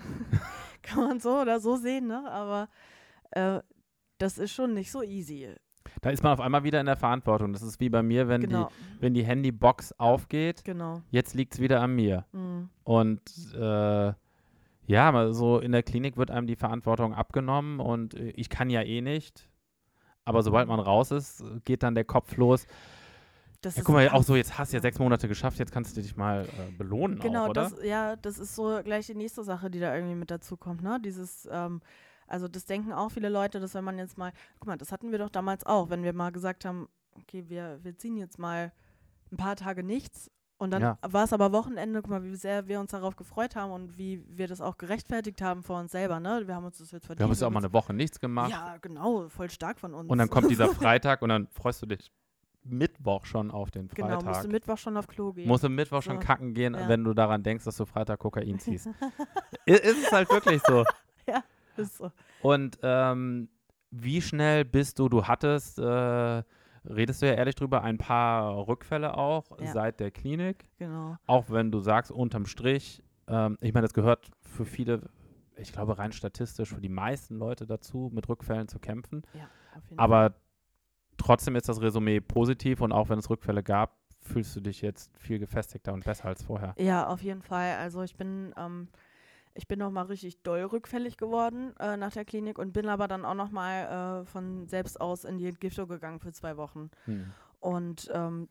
kann man so oder so sehen, ne? Aber äh, das ist schon nicht so easy. Da ist man auf einmal wieder in der Verantwortung. Das ist wie bei mir, wenn Genau. die, wenn die Handybox aufgeht, Genau. jetzt liegt es wieder an mir. Mhm. Und äh, ja, aber so in der Klinik wird einem die Verantwortung abgenommen und äh, ich kann ja eh nicht. Aber sobald man raus ist, geht dann der Kopf los. Das Ja, ist guck mal, ganz- auch so, jetzt hast du ja sechs Monate geschafft, jetzt kannst du dich mal äh, belohnen Genau, auch, oder? das, ja, das ist so gleich die nächste Sache, die da irgendwie mit dazu kommt, ne? Dieses, ähm, also das denken auch viele Leute, dass wenn man jetzt mal, guck mal, das hatten wir doch damals auch, wenn wir mal gesagt haben, okay, wir, wir ziehen jetzt mal ein paar Tage nichts und dann Ja. war es aber Wochenende, guck mal, wie sehr wir uns darauf gefreut haben und wie wir das auch gerechtfertigt haben vor uns selber, ne? Wir haben uns das jetzt verdient. Wir haben jetzt wir auch mal uns- eine Woche nichts gemacht. Ja, genau, voll stark von uns. Und dann kommt dieser Freitag und dann freust du dich Mittwoch schon auf den Genau, Freitag. musst du Mittwoch schon auf Klo gehen. Musst du Mittwoch schon So. kacken gehen, Ja. wenn du daran denkst, dass du Freitag Kokain ziehst. I- ist es halt wirklich so. Ist so. Und ähm, wie schnell bist du, du hattest, äh, redest du ja ehrlich drüber, ein paar Rückfälle auch Ja. seit der Klinik. Genau. Auch wenn du sagst, unterm Strich, ähm, ich meine, das gehört für viele, ich glaube rein statistisch, für die meisten Leute dazu, mit Rückfällen zu kämpfen. Ja, auf jeden Fall. Aber trotzdem ist das Resümee positiv und auch wenn es Rückfälle gab, fühlst du dich jetzt viel gefestigter und besser als vorher. Ja, auf jeden Fall. Also ich bin, ähm, ich bin noch mal richtig doll rückfällig geworden äh, nach der Klinik und bin aber dann auch noch mal äh, von selbst aus in die Entgiftung gegangen für zwei Wochen. Hm. Und ähm,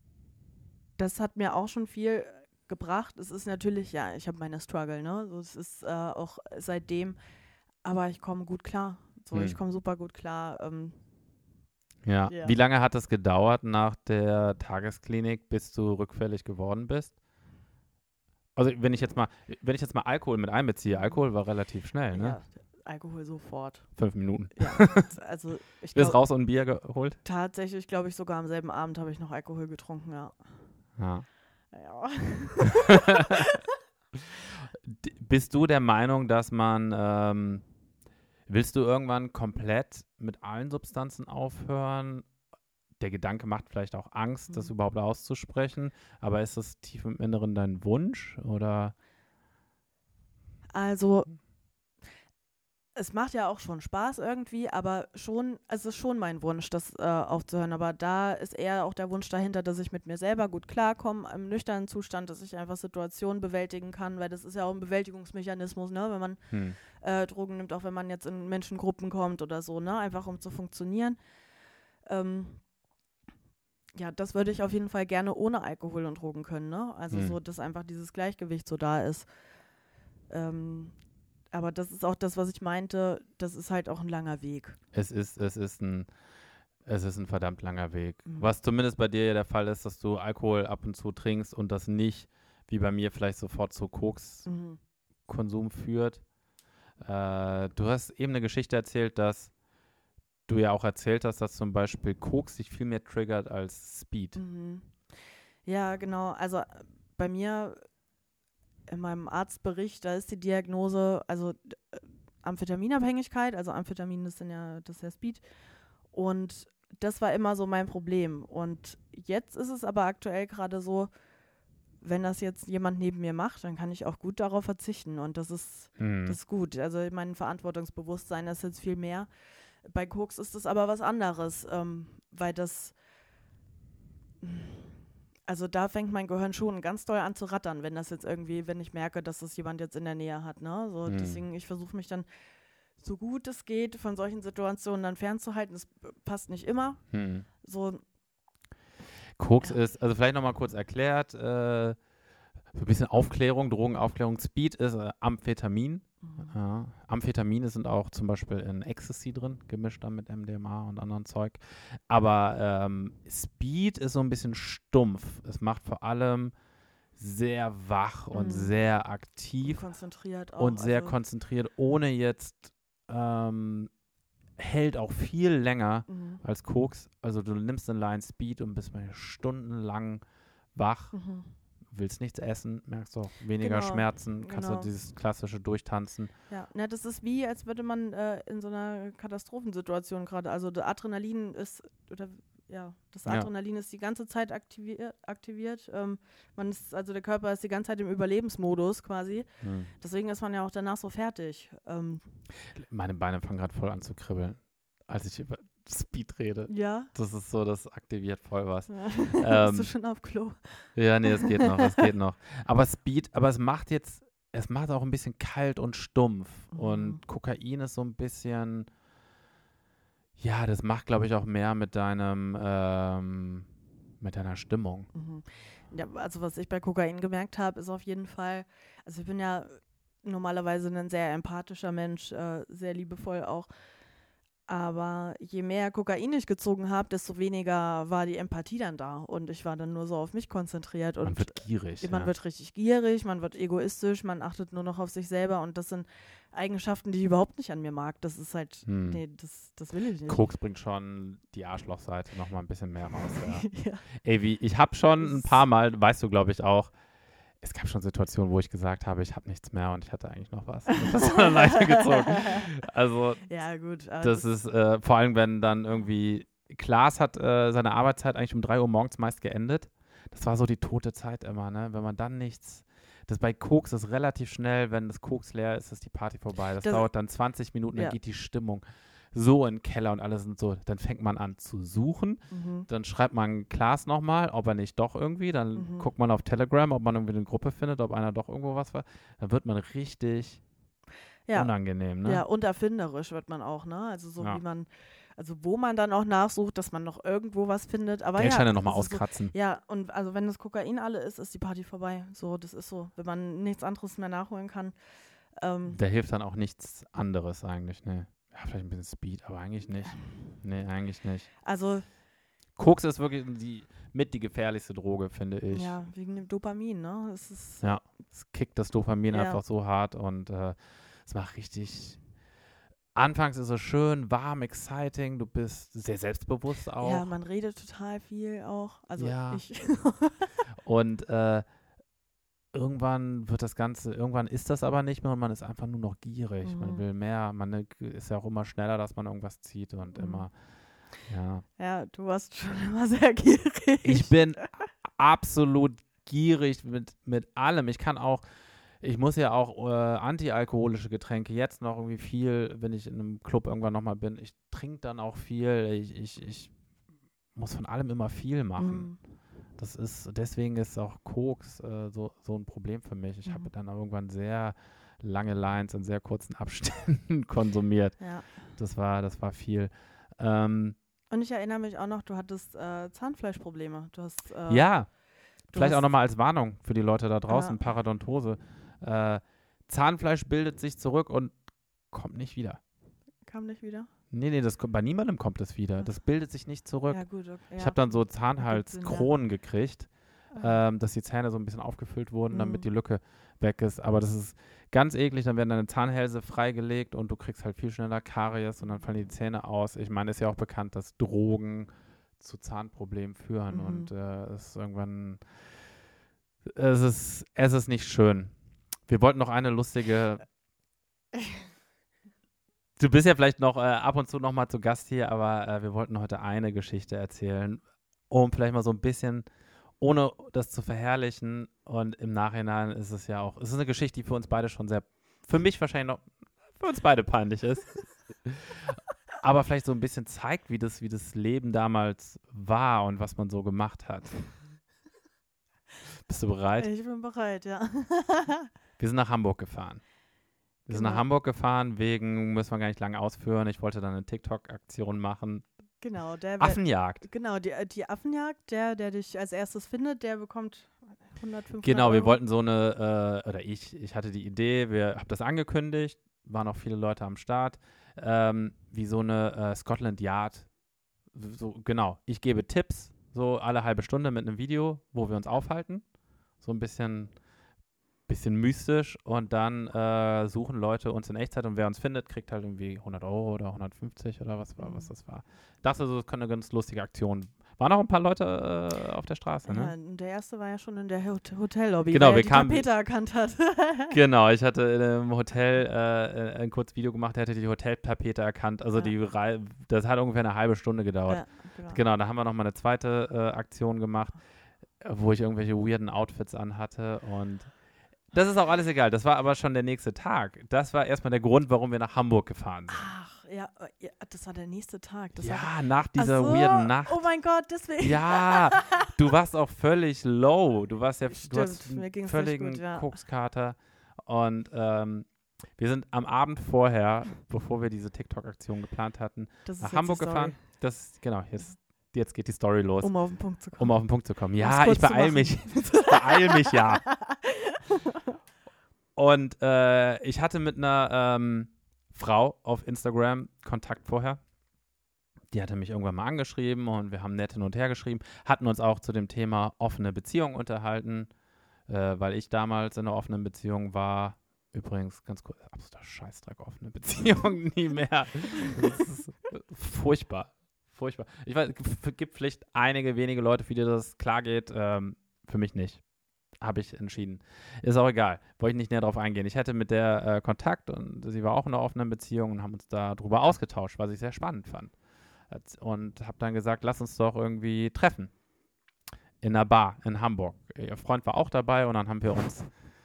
das hat mir auch schon viel gebracht. Es ist natürlich, ja, ich habe meine Struggle, ne? So, es ist äh, auch seitdem, aber ich komme gut klar. So, Hm. ich komme super gut klar. Ähm, Ja. Ja. Wie lange hat es gedauert nach der Tagesklinik, bis du rückfällig geworden bist? Also wenn ich jetzt mal, wenn ich jetzt mal Alkohol mit einbeziehe, Alkohol war relativ schnell, ne? ja, Alkohol sofort. Fünf Minuten. Ja, also ich Bist glaube, raus und ein Bier geholt? tatsächlich, glaube ich, sogar am selben Abend habe ich noch Alkohol getrunken, ja. Ja. Ja. D- Bist du der Meinung, dass man, ähm, willst du irgendwann komplett mit allen Substanzen aufhören? Der Gedanke macht vielleicht auch Angst, das Mhm. überhaupt auszusprechen, aber ist das tief im Inneren dein Wunsch oder? Also, es macht ja auch schon Spaß irgendwie, aber schon, es ist schon mein Wunsch, das äh, aufzuhören. Aber da ist eher auch der Wunsch dahinter, dass ich mit mir selber gut klarkomme, im nüchternen Zustand, dass ich einfach Situationen bewältigen kann, weil das ist ja auch ein Bewältigungsmechanismus, ne, wenn man Hm. äh, Drogen nimmt, auch wenn man jetzt in Menschengruppen kommt oder so, ne, einfach um zu funktionieren. Ähm, ja, das würde ich auf jeden Fall gerne ohne Alkohol und Drogen können, ne? Also Hm. so, dass einfach dieses Gleichgewicht so da ist. Ähm, aber das ist auch das, was ich meinte, das ist halt auch ein langer Weg. Es ist, es ist ein, es ist ein verdammt langer Weg. Mhm. Was zumindest bei dir ja der Fall ist, dass du Alkohol ab und zu trinkst und das nicht, wie bei mir, vielleicht sofort zu Kokskonsum Mhm. führt. Äh, du hast eben eine Geschichte erzählt, dass du ja auch erzählt hast, dass zum Beispiel Koks dich viel mehr triggert als Speed. Mhm. Ja, genau. Also äh, bei mir in meinem Arztbericht, da ist die Diagnose, also d- äh, Amphetaminabhängigkeit, also Amphetamin ist dann ja, das ist ja Speed. Und das war immer so mein Problem. Und jetzt ist es aber aktuell gerade so, wenn das jetzt jemand neben mir macht, dann kann ich auch gut darauf verzichten. Und das ist, Hm. das ist gut. Also mein Verantwortungsbewusstsein ist jetzt viel mehr. Bei Koks ist es aber was anderes, ähm, weil das, also da fängt mein Gehirn schon ganz doll an zu rattern, wenn das jetzt irgendwie, wenn ich merke, dass das jemand jetzt in der Nähe hat, ne? So, Hm. deswegen, ich versuche mich dann so gut es geht von solchen Situationen dann fernzuhalten. Das p- passt nicht immer. Hm. So, Koks Ja. ist, also vielleicht nochmal kurz erklärt, äh, so ein bisschen Aufklärung, Drogenaufklärung. Speed ist äh, Amphetamin. mhm. Ja. Amphetamine sind auch zum Beispiel in Ecstasy drin, gemischt dann mit M D M A und anderen Zeug. Aber ähm, Speed ist so ein bisschen stumpf. Es macht vor allem sehr wach und Mhm. sehr aktiv Konzentriert auch. und sehr also, konzentriert, ohne jetzt, ähm, hält auch viel länger mhm. als Koks. Also du nimmst einen Line Speed und bist mal stundenlang wach, Mhm. willst nichts essen, merkst auch weniger Genau, Schmerzen, kannst du genau. dieses klassische Durchtanzen. Ja, ne, das ist wie, als würde man äh, in so einer Katastrophensituation gerade, also der Adrenalin ist, oder ja, das Ja. Adrenalin ist die ganze Zeit aktiviert, aktiviert. Ähm, man ist, also der Körper ist die ganze Zeit im Überlebensmodus quasi. Hm. Deswegen ist man ja auch danach so fertig. Ähm, Meine Beine fangen gerade voll an zu kribbeln, als ich über Speed rede. ja. Das ist so, das aktiviert voll was. ja. Ähm, Bist du schon auf Klo? Ja, nee, es geht noch, es geht noch. Aber Speed, aber es macht jetzt, es macht auch ein bisschen kalt und stumpf. Mhm. Und Kokain ist so ein bisschen, ja, das macht, glaube ich, auch mehr mit deinem, ähm, mit deiner Stimmung. Mhm. Ja, also was ich bei Kokain gemerkt habe, ist auf jeden Fall, also ich bin ja normalerweise ein sehr empathischer Mensch, äh, sehr liebevoll auch. Aber je mehr Kokain ich gezogen habe, desto weniger war die Empathie dann da. Und ich war dann nur so auf mich konzentriert. Und Man wird gierig. man ja. wird richtig gierig, man wird egoistisch, man achtet nur noch auf sich selber. Und das sind Eigenschaften, die ich überhaupt nicht an mir mag. Das ist halt, Hm. nee, das, das will ich nicht. Koks bringt schon die Arschlochseite noch mal ein bisschen mehr raus. Ja. ja. Ey, wie, ich habe schon ein paar Mal, weißt du, glaube ich, auch, es gab schon Situationen, wo ich gesagt habe, ich habe nichts mehr und ich hatte eigentlich noch was. Und das war dann weitergezogen. Also ja, gut. aber das ist äh, vor allem, wenn dann irgendwie, Klaas hat äh, seine Arbeitszeit eigentlich um drei Uhr morgens meist geendet. Das war so die tote Zeit immer, ne? Wenn man dann nichts, das bei Koks ist relativ schnell, wenn das Koks leer ist, ist die Party vorbei. Das, Das- dauert dann zwanzig Minuten, dann ja. geht die Stimmung so in den Keller und alle sind so, dann fängt man an zu suchen. Mhm. Dann schreibt man Klaas nochmal, ob er nicht doch irgendwie, dann Mhm. guckt man auf Telegram, ob man irgendwie eine Gruppe findet, ob einer doch irgendwo was war. Dann wird man richtig Ja. unangenehm, ne? Ja, und erfinderisch wird man auch, ne? Also so Ja. wie man, also wo man dann auch nachsucht, dass man noch irgendwo was findet. Aber ja, Geldscheine nochmal das ist auskratzen. So, ja, und also wenn das Kokain alle ist, ist die Party vorbei. So, das ist so, wenn man nichts anderes mehr nachholen kann. Ähm, Da hilft dann auch nichts anderes eigentlich, ne? Ja, vielleicht ein bisschen Speed, aber eigentlich nicht. Nee, eigentlich nicht. also, Koks ist wirklich die, mit die gefährlichste Droge, finde ich. ja, wegen dem Dopamin, ne? Es ist, Ja, es kickt das Dopamin Ja. einfach so hart und äh, es macht richtig. Anfangs ist es schön, warm, exciting, du bist sehr selbstbewusst auch. ja, man redet total viel auch. Also Ja. ich. Und äh, irgendwann wird das Ganze, irgendwann ist das aber nicht mehr und man ist einfach nur noch gierig. Man Mhm. will mehr, man äh, ist ja auch immer schneller, dass man irgendwas zieht und Mhm. immer, ja. ja, du warst schon immer sehr gierig. Ich bin absolut gierig mit, mit allem. Ich kann auch, ich muss ja auch äh, antialkoholische Getränke jetzt noch irgendwie viel, wenn ich in einem Club irgendwann nochmal bin, ich trinke dann auch viel. Ich, ich, ich muss von allem immer viel machen. Mhm. Das ist, deswegen ist auch Koks äh, so, so ein Problem für mich. Ich Mhm. habe dann irgendwann sehr lange Lines in sehr kurzen Abständen konsumiert. Ja. Das war, das war viel. Ähm, Und ich erinnere mich auch noch, du hattest äh, Zahnfleischprobleme. Du hast äh, ja, du vielleicht auch hast- nochmal als Warnung für die Leute da draußen, Ja. Parodontose. Äh, Zahnfleisch bildet sich zurück und kommt nicht wieder. kam nicht wieder. Nee, nee, das kommt, bei niemandem kommt es wieder. Das bildet sich nicht zurück. Ja, gut. Okay, Ich ja. habe dann so Sinn, ja. Zahnhalskronen gekriegt, Ah. ähm, dass die Zähne so ein bisschen aufgefüllt wurden, damit Mhm. die Lücke weg ist. Aber das ist ganz eklig. Dann werden deine Zahnhälse freigelegt und du kriegst halt viel schneller Karies und dann fallen die Zähne aus. Ich meine, es ist ja auch bekannt, dass Drogen zu Zahnproblemen führen Mhm. und äh, es ist irgendwann, es ist, es ist nicht schön. Wir wollten noch eine lustige. Du bist ja vielleicht noch äh, ab und zu noch mal zu Gast hier, aber äh, wir wollten heute eine Geschichte erzählen, um vielleicht mal so ein bisschen, ohne das zu verherrlichen und im Nachhinein ist es ja auch, es ist eine Geschichte, die für uns beide schon sehr, für mich wahrscheinlich noch, für uns beide peinlich ist, aber vielleicht so ein bisschen zeigt, wie das, wie das Leben damals war und was man so gemacht hat. Bist du bereit? Ich bin bereit, ja. Wir sind nach Hamburg gefahren. Wir sind nach Genau. Hamburg gefahren, wegen, müssen wir gar nicht lange ausführen. Ich wollte dann eine TikTok-Aktion machen. genau, der Affenjagd. Genau, die, die Affenjagd, der, der dich als erstes findet, der bekommt hundertfünfhundert Genau, wir Euro. wollten so eine, äh, oder ich, ich hatte die Idee, wir haben das angekündigt, waren auch viele Leute am Start, ähm, wie so eine äh, Scotland Yard. So, genau, ich gebe Tipps, so alle halbe Stunde mit einem Video, wo wir uns aufhalten. so ein bisschen, bisschen mystisch und dann äh, suchen Leute uns in Echtzeit und wer uns findet, kriegt halt irgendwie hundert Euro oder hundertfünfzig oder was war, was das war. Das ist also eine ganz lustige Aktion. Waren auch ein paar Leute äh, auf der Straße, ne? Ja, der erste war ja schon in der Hot- Hotellobby, Genau, weil er wir die kamen- Tapete erkannt hat. Genau, ich hatte im Hotel äh, ein kurzes Video gemacht, der hätte die Hoteltapete erkannt. Also Ja. die Rei- das hat ungefähr eine halbe Stunde gedauert. Ja, genau. Genau, da haben wir nochmal eine zweite äh, Aktion gemacht, äh, wo ich irgendwelche weirden Outfits anhatte und das ist auch alles egal. Das war aber schon der nächste Tag. Das war erstmal der Grund, warum wir nach Hamburg gefahren sind. Ach, ja, äh, ja, das war der nächste Tag. Das ja, war, nach Ach dieser so, weirden Nacht. Oh mein Gott, deswegen. Ja, du warst auch völlig low. Du warst ja Stimmt, du hast mir einen ging's nicht völligen gut, ja. Kokskater. Und ähm, wir sind am Abend vorher, bevor wir diese TikTok-Aktion geplant hatten, Das ist nach jetzt Hamburg die Story, gefahren. Das, genau, jetzt, jetzt geht die Story los, um, Um auf den Punkt zu kommen. auf den Punkt zu kommen. Um's Ja, kurz ich zu beeil machen. mich. Ich beeil mich, ja. Und äh, ich hatte mit einer ähm, Frau auf Instagram Kontakt vorher. Die hatte mich irgendwann mal angeschrieben und wir haben nett hin und her geschrieben, hatten uns auch zu dem Thema offene Beziehung unterhalten, äh, weil ich damals in einer offenen Beziehung war. Übrigens, ganz kurz, absoluter Scheißdreck, offene Beziehung, nie mehr. Das ist furchtbar, furchtbar. Ich weiß, es gibt vielleicht einige wenige Leute, für die das klar geht, ähm, für mich nicht. Habe ich entschieden. Ist auch egal. Wollte ich nicht näher drauf eingehen. Ich hatte mit der äh, Kontakt und sie war auch in einer offenen Beziehung und haben uns darüber ausgetauscht, was ich sehr spannend fand. Und habe dann gesagt, lass uns doch irgendwie treffen. In einer Bar in Hamburg. Ihr Freund war auch dabei und dann haben wir uns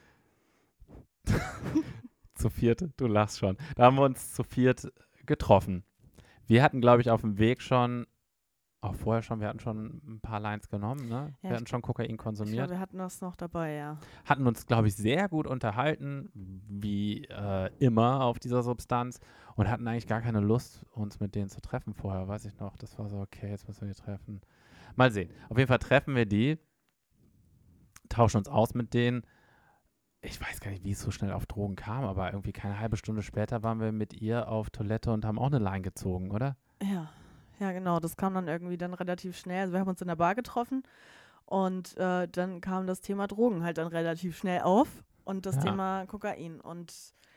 zu viert, du lachst schon, da haben wir uns zu viert getroffen. Wir hatten, glaube ich, auf dem Weg schon, auch vorher schon, wir hatten schon ein paar Lines genommen, ne? Ja, wir hatten ich- schon Kokain Ich konsumiert. glaube, wir hatten das noch dabei, ja. Hatten uns, glaube ich, sehr gut unterhalten, wie äh, immer auf dieser Substanz und hatten eigentlich gar keine Lust, uns mit denen zu treffen vorher, weiß ich noch. Das war so, okay, jetzt müssen wir die treffen. Mal sehen. Auf jeden Fall treffen wir die, tauschen uns aus mit denen. Ich weiß gar nicht, wie es so schnell auf Drogen kam, aber irgendwie keine halbe Stunde später waren wir mit ihr auf Toilette und haben auch eine Line gezogen, oder? Ja, ja, genau. Das kam dann irgendwie dann relativ schnell. Also wir haben uns in der Bar getroffen und äh, dann kam das Thema Drogen halt dann relativ schnell auf und das Ja. Thema Kokain. Und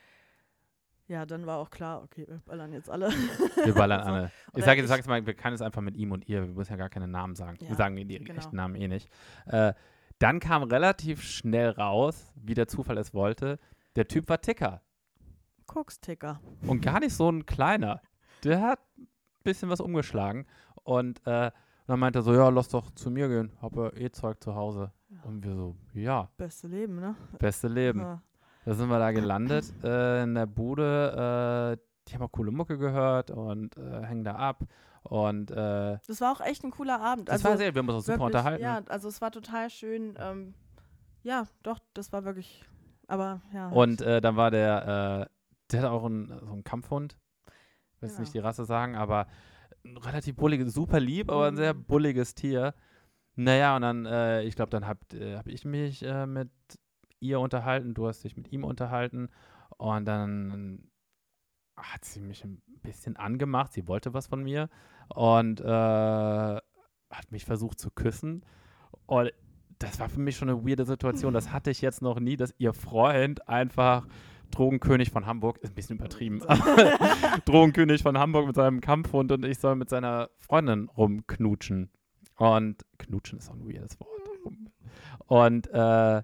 ja, dann war auch klar, okay, wir ballern jetzt alle. Wir ballern So. alle. Ich Oder sage ich- jetzt sag's mal, wir können es einfach mit ihm und ihr, wir müssen ja gar keine Namen sagen. Ja, wir sagen die, die genau. echten Namen eh nicht. Äh, dann kam relativ schnell raus, wie der Zufall es wollte, der Typ war Ticker. Koksticker. Und gar nicht so ein kleiner. Der hat ein bisschen was umgeschlagen. Und äh, dann meinte er so, ja, lass doch zu mir gehen. Hab ja eh Zeug zu Hause. Ja. Und wir so, ja, Beste Leben, ne? beste Leben. Ja. Da sind wir da gelandet äh, in der Bude. Äh, die haben auch coole Mucke gehört und äh, hängen da ab. Und äh, Das war auch echt ein cooler Abend. das also war sehr, wir haben uns auch super wirklich, unterhalten. Ja, also es war total schön. Ähm, ja, doch, das war wirklich, aber ja. Und äh, dann war der, äh, der hat auch einen, so einen Kampfhund. Ich will jetzt Ja. nicht die Rasse sagen, aber ein relativ bulliges, super lieb, aber ein Mhm. sehr bulliges Tier. Naja, und dann, äh, ich glaube, dann habe äh, hab ich mich äh, mit ihr unterhalten, du hast dich mit ihm unterhalten und dann hat sie mich ein bisschen angemacht, sie wollte was von mir und äh, hat mich versucht zu küssen und das war für mich schon eine weirde Situation, das hatte ich jetzt noch nie, dass ihr Freund einfach Drogenkönig von Hamburg, ist ein bisschen übertrieben, Drogenkönig von Hamburg mit seinem Kampfhund und ich soll mit seiner Freundin rumknutschen. Und knutschen ist auch ein weirdes Wort. Und äh,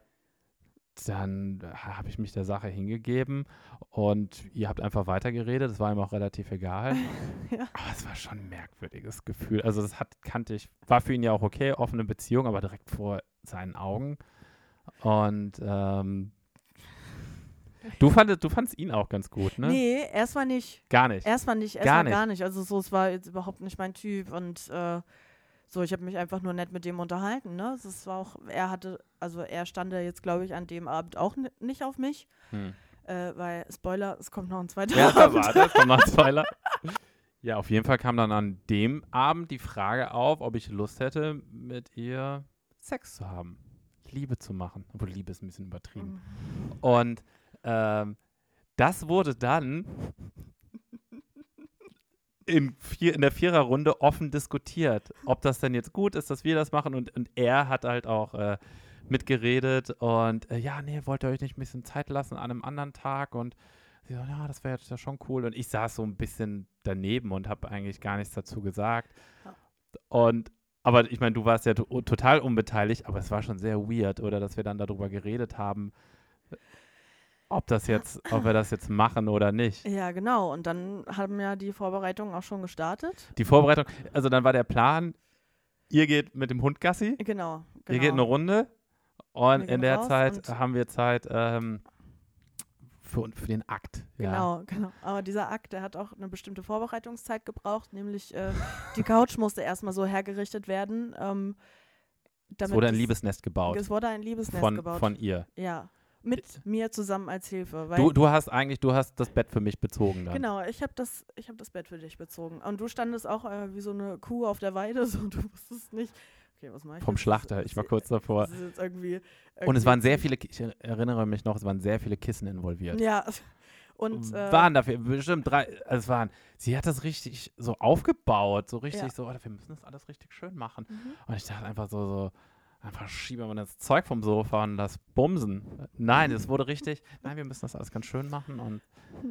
dann habe ich mich der Sache hingegeben und ihr habt einfach weitergeredet. Das war ihm auch relativ egal. Ja. Aber es war schon ein merkwürdiges Gefühl. Also das hat, kannte ich, war für ihn ja auch okay, offene Beziehung, aber direkt vor seinen Augen. Und ähm, du, fandest, du fandst ihn auch ganz gut, ne? Nee, erstmal nicht. Gar nicht. Erstmal nicht, Gar erstmal nicht. gar nicht. Also so, es war jetzt überhaupt nicht mein Typ und äh, so, ich habe mich einfach nur nett mit dem unterhalten, ne? Es war auch, er hatte, also er stand da jetzt, glaube ich, an dem Abend auch n- nicht auf mich, Hm. äh, weil, Spoiler, es kommt noch ein zweiter Ja, Abend. warte, jetzt kommt noch ein Spoiler. Ja, auf jeden Fall kam dann an dem Abend die Frage auf, ob ich Lust hätte, mit ihr Sex zu haben. Liebe zu machen. Obwohl Liebe ist ein bisschen übertrieben. Mhm. Und ähm, das wurde dann in, vier, in der Viererrunde offen diskutiert, ob das denn jetzt gut ist, dass wir das machen. Und, und er hat halt auch äh, mitgeredet und äh, ja, nee, wollt ihr euch nicht ein bisschen Zeit lassen an einem anderen Tag? Und sie so, ja, das wäre jetzt ja schon cool. Und ich saß so ein bisschen daneben und habe eigentlich gar nichts dazu gesagt. Ja. Und aber ich meine, du warst ja to- total unbeteiligt, aber es war schon sehr weird, oder, dass wir dann darüber geredet haben, ob das jetzt, ob wir das jetzt machen oder nicht. Ja, genau. Und dann haben ja die Vorbereitungen auch schon gestartet. Die Vorbereitung, also dann war der Plan, ihr geht mit dem Hund Gassi, Genau. genau. ihr geht eine Runde und Wir gehen in der raus Zeit und- haben wir Zeit ähm, für, für den Akt. Ja. Genau, genau. Aber dieser Akt, der hat auch eine bestimmte Vorbereitungszeit gebraucht, nämlich äh, die Couch musste erstmal so hergerichtet werden. Ähm, Es damit wurde ein es- Liebesnest gebaut Es wurde ein Liebesnest von, gebaut. von ihr. Ja, mit mir zusammen als Hilfe. Weil, Du, du hast eigentlich, du hast das Bett für mich bezogen dann. genau, ich habe das, ich hab das Bett für dich bezogen. Und du standest auch äh, wie so eine Kuh auf der Weide, so du wusstest nicht. Okay, was mache ich Vom jetzt? Schlachter, Das ich war ist- kurz davor. Das ist jetzt irgendwie, irgendwie Und es waren sehr viele, ich erinnere mich noch, es waren sehr viele Kissen involviert. Ja, und äh, waren dafür bestimmt drei, also es waren, sie hat das richtig so aufgebaut, so richtig Ja. so, oh, wir müssen das alles richtig schön machen. mhm. Und ich dachte einfach so, so, einfach schieben wir das Zeug vom Sofa und das Bumsen. Nein, es wurde richtig, nein, wir müssen das alles ganz schön machen und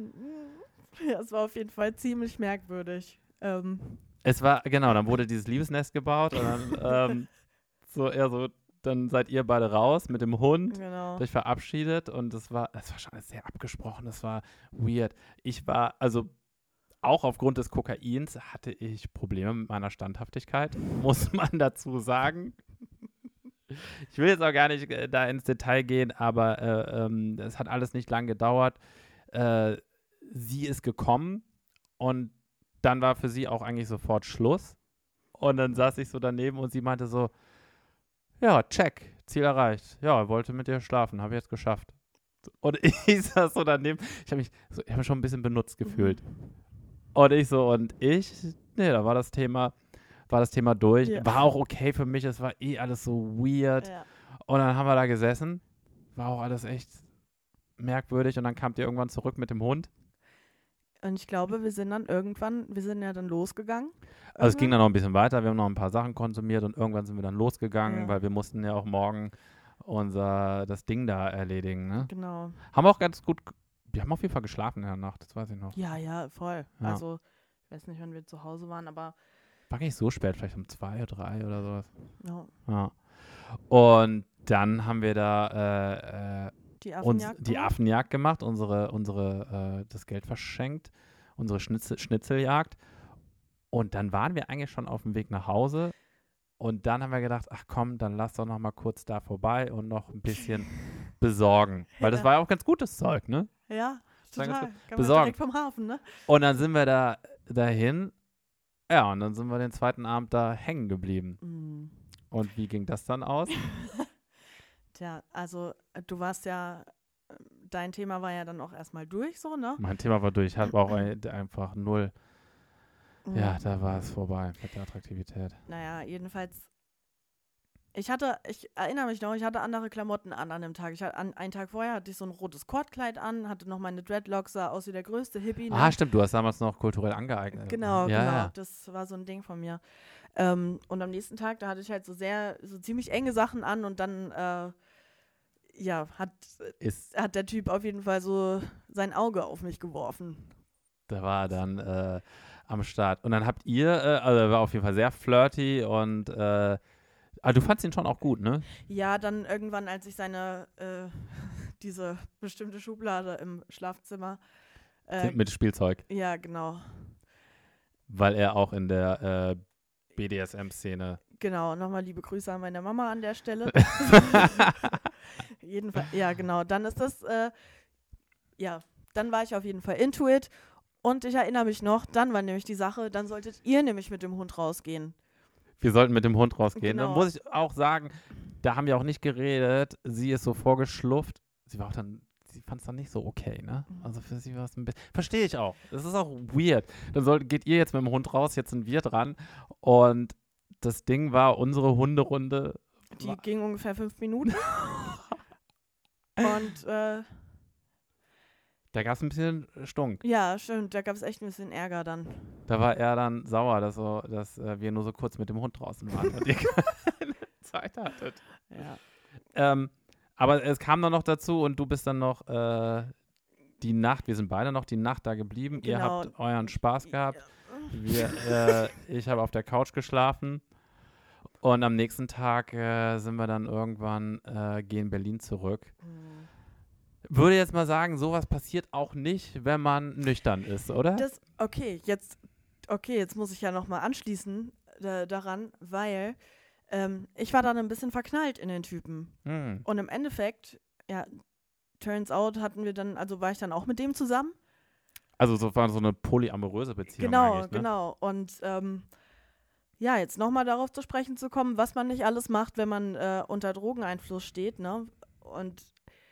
ja, es war auf jeden Fall ziemlich merkwürdig. Ähm, es war, genau, dann wurde dieses Liebesnest gebaut und dann ähm, so eher so, dann seid ihr beide raus mit dem Hund. genau. Euch verabschiedet und es war, es war schon alles sehr abgesprochen, das war weird. Ich war, also auch aufgrund des Kokains hatte ich Probleme mit meiner Standhaftigkeit, muss man dazu sagen. Ich will jetzt auch gar nicht äh, da ins Detail gehen, aber äh, ähm, es hat alles nicht lang gedauert. Äh, sie ist gekommen und dann war für sie auch eigentlich sofort Schluss. Und dann saß ich so daneben und sie meinte so, ja, check, Ziel erreicht. Ja, wollte mit dir schlafen, habe ich jetzt geschafft. Und ich saß so daneben, ich habe mich, so, ich habe mich schon ein bisschen benutzt gefühlt. Und ich so, und ich, nee, da war das Thema, war das Thema durch. Ja. War auch okay für mich, es war eh alles so weird. Ja. Und dann haben wir da gesessen, war auch alles echt merkwürdig und dann kamt ihr irgendwann zurück mit dem Hund. Und ich glaube, wir sind dann irgendwann, wir sind ja dann losgegangen. Also es ging Irgendwann. dann noch ein bisschen weiter, wir haben noch ein paar Sachen konsumiert und irgendwann sind wir dann losgegangen, Ja. weil wir mussten ja auch morgen unser, das Ding da erledigen, ne? Genau. Haben wir auch ganz gut, ge- wir haben auf jeden Fall geschlafen in der Nacht, das weiß ich noch. Ja, ja, voll. Ja. Also, ich weiß nicht, wann wir zu Hause waren, aber War gar nicht so spät, vielleicht um zwei oder drei oder sowas. ja, Ja. Und dann haben wir da äh, äh, die uns Affenjagd. die gemacht. Affenjagd gemacht, unsere, unsere äh, das Geld verschenkt, unsere Schnitzel, Schnitzeljagd. Und dann waren wir eigentlich schon auf dem Weg nach Hause. Und dann haben wir gedacht, ach komm, dann lass doch noch mal kurz da vorbei und noch ein bisschen besorgen. Weil das Ja. war ja auch ganz gutes Zeug, ne? Ja, Sagen wir's total. so, Kann man besorgen. direkt vom Hafen, ne? Und dann sind wir da dahin. Ja, und dann sind wir den zweiten Abend da hängen geblieben. Mhm. Und wie ging das dann aus? Tja, also äh, du warst ja, äh, dein Thema war ja dann auch erstmal durch, so, ne? Mein Thema war durch. Ich hatte auch ein- einfach null. Mhm. Ja, da war es vorbei mit der Attraktivität. Naja, jedenfalls. Ich hatte, ich erinnere mich noch, ich hatte andere Klamotten an an dem Tag. Ich hatte an, einen Tag vorher hatte ich so ein rotes Kordkleid an, hatte noch meine Dreadlocks, sah aus wie der größte Hippie. ne? Ah, stimmt, du hast damals noch kulturell angeeignet. Genau, ja, genau. Ja. Das war so ein Ding von mir. Ähm, und am nächsten Tag, da hatte ich halt so sehr, so ziemlich enge Sachen an und dann, äh, ja, hat, Ist, hat der Typ auf jeden Fall so sein Auge auf mich geworfen. da war er dann äh, am Start. Und dann habt ihr, äh, also er war auf jeden Fall sehr flirty und äh, ah, du fandst ihn schon auch gut, ne? Ja, dann irgendwann, als ich seine, äh, diese bestimmte Schublade im Schlafzimmer, äh, Mit Spielzeug. ja, genau, Weil er auch in der äh, B D S M-Szene. genau, nochmal liebe Grüße an meine Mama an der Stelle. Jedenfalls, ja, genau, dann ist das, äh, ja, dann war ich auf jeden Fall into it und ich erinnere mich noch, dann war nämlich die Sache, dann solltet ihr nämlich mit dem Hund rausgehen. Wir sollten mit dem Hund rausgehen. Genau. Da muss ich auch sagen, da haben wir auch nicht geredet. Sie ist so vorgeschlufft. Sie war auch dann, sie fand es dann nicht so okay, ne? Also für sie war es ein bisschen, verstehe ich auch. Das ist auch weird. Dann soll, geht ihr jetzt mit dem Hund raus, jetzt sind wir dran. Und das Ding war, unsere Hunderunde. Die war- ging ungefähr fünf Minuten. Und äh, Da gab es ein bisschen Stunk. ja, stimmt, da gab es echt ein bisschen Ärger dann. Da war er dann sauer, dass, so, dass äh, wir nur so kurz mit dem Hund draußen waren und ihr keine Zeit hattet. Ja. Ähm, aber es kam dann noch dazu und du bist dann noch äh, die Nacht, wir sind beide noch die Nacht da geblieben. Ihr Genau. habt euren Spaß gehabt. Ja. Wir, äh, ich habe auf der Couch geschlafen. Und am nächsten Tag äh, sind wir dann irgendwann, äh, gehen Berlin zurück. Mhm. Würde jetzt mal sagen, sowas passiert auch nicht, wenn man nüchtern ist, oder? Das, okay, jetzt, okay, jetzt muss ich ja nochmal anschließen äh, daran, weil ähm, ich war dann ein bisschen verknallt in den Typen. Hm. Und im Endeffekt, ja, turns out hatten wir dann, also war ich dann auch mit dem zusammen. Also so war so eine polyamoröse Beziehung Genau, eigentlich, ne? genau. Und ähm, ja, jetzt nochmal darauf zu sprechen zu kommen, was man nicht alles macht, wenn man äh, unter Drogeneinfluss steht, ne? Und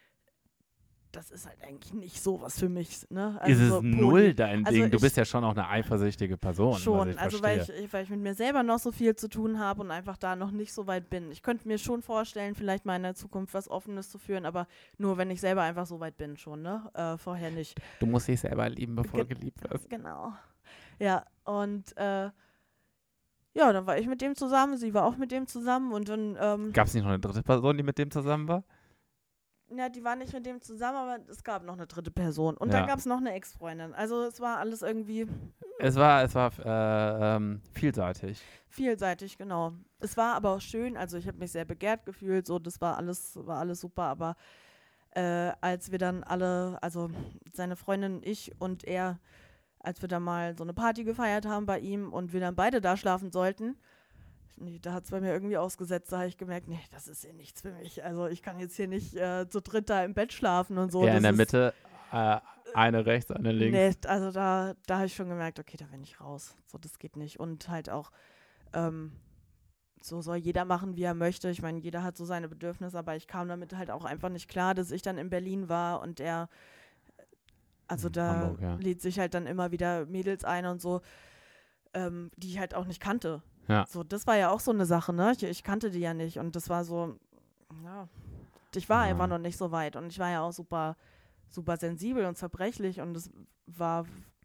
das ist halt eigentlich nicht so was für mich, ne? Also ist es so null Poly. dein Also Ding? Du ich- bist ja schon auch eine eifersüchtige Person. was Schon, ich also weil verstehe. ich, weil ich mit mir selber noch so viel zu tun habe und einfach da noch nicht so weit bin. Ich könnte mir schon vorstellen, vielleicht mal in der Zukunft was Offenes zu führen, aber nur, wenn ich selber einfach so weit bin schon, ne? Äh, vorher nicht. Du musst dich selber lieben, bevor Ge- du geliebt wirst. Genau. Ja, und äh, ja, dann war ich mit dem zusammen, sie war auch mit dem zusammen und dann, ähm, Gab es nicht noch eine dritte Person, die mit dem zusammen war? ja, die war nicht mit dem zusammen, aber es gab noch eine dritte Person. Und Ja. dann gab es noch eine Ex-Freundin. Also es war alles irgendwie Es war, es war äh, ähm, vielseitig. vielseitig, genau. Es war aber auch schön, also ich habe mich sehr begehrt gefühlt, so, das war alles, war alles super, aber äh, als wir dann alle, also seine Freundin, ich und er, als wir dann mal so eine Party gefeiert haben bei ihm und wir dann beide da schlafen sollten, nee, da hat es bei mir irgendwie ausgesetzt, da habe ich gemerkt, nee, das ist hier nichts für mich. Also ich kann jetzt hier nicht äh, zu dritt da im Bett schlafen und so. Er in Das der ist, Mitte, äh, eine rechts, eine links. Nee, also da, da habe ich schon gemerkt, okay, da bin ich raus. So, das geht nicht. Und halt auch, ähm, so soll jeder machen, wie er möchte. Ich meine, jeder hat so seine Bedürfnisse, aber ich kam damit halt auch einfach nicht klar, dass ich dann in Berlin war und er, also In da Hamburg, ja. lädt sich halt dann immer wieder Mädels ein und so, ähm, die ich halt auch nicht kannte. Ja. So, das war ja auch so eine Sache, ne? Ich, ich kannte die ja nicht und das war so, ja, ich war Ja. einfach noch nicht so weit und ich war ja auch super, super sensibel und zerbrechlich und es war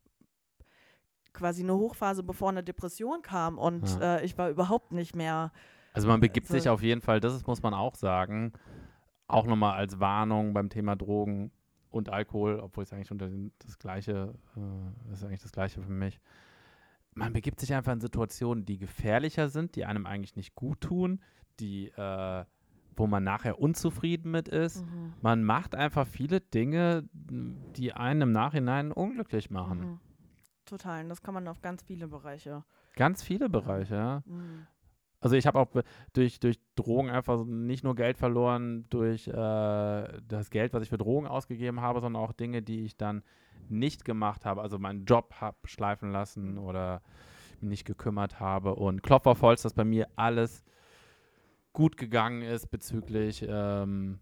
quasi eine Hochphase, bevor eine Depression kam und Ja. äh, ich war überhaupt nicht mehr, Also man begibt Also- sich auf jeden Fall, das ist, muss man auch sagen, auch nochmal als Warnung beim Thema Drogen und Alkohol, obwohl es eigentlich unter den, das Gleiche, äh, ist eigentlich das Gleiche für mich. Man begibt sich einfach in Situationen, die gefährlicher sind, die einem eigentlich nicht gut tun, die, äh, wo man nachher unzufrieden mit ist. mhm, Man macht einfach viele Dinge, die einen im Nachhinein unglücklich machen. mhm, total. Und das kann man auf ganz viele Bereiche. Ganz viele Bereiche, ja. Mhm. Also ich habe auch be- durch, durch Drogen einfach nicht nur Geld verloren, durch äh, das Geld, was ich für Drogen ausgegeben habe, sondern auch Dinge, die ich dann nicht gemacht habe. Also meinen Job habe schleifen lassen oder mich nicht gekümmert habe. Und Klopf auf Holz, dass bei mir alles gut gegangen ist bezüglich, ähm,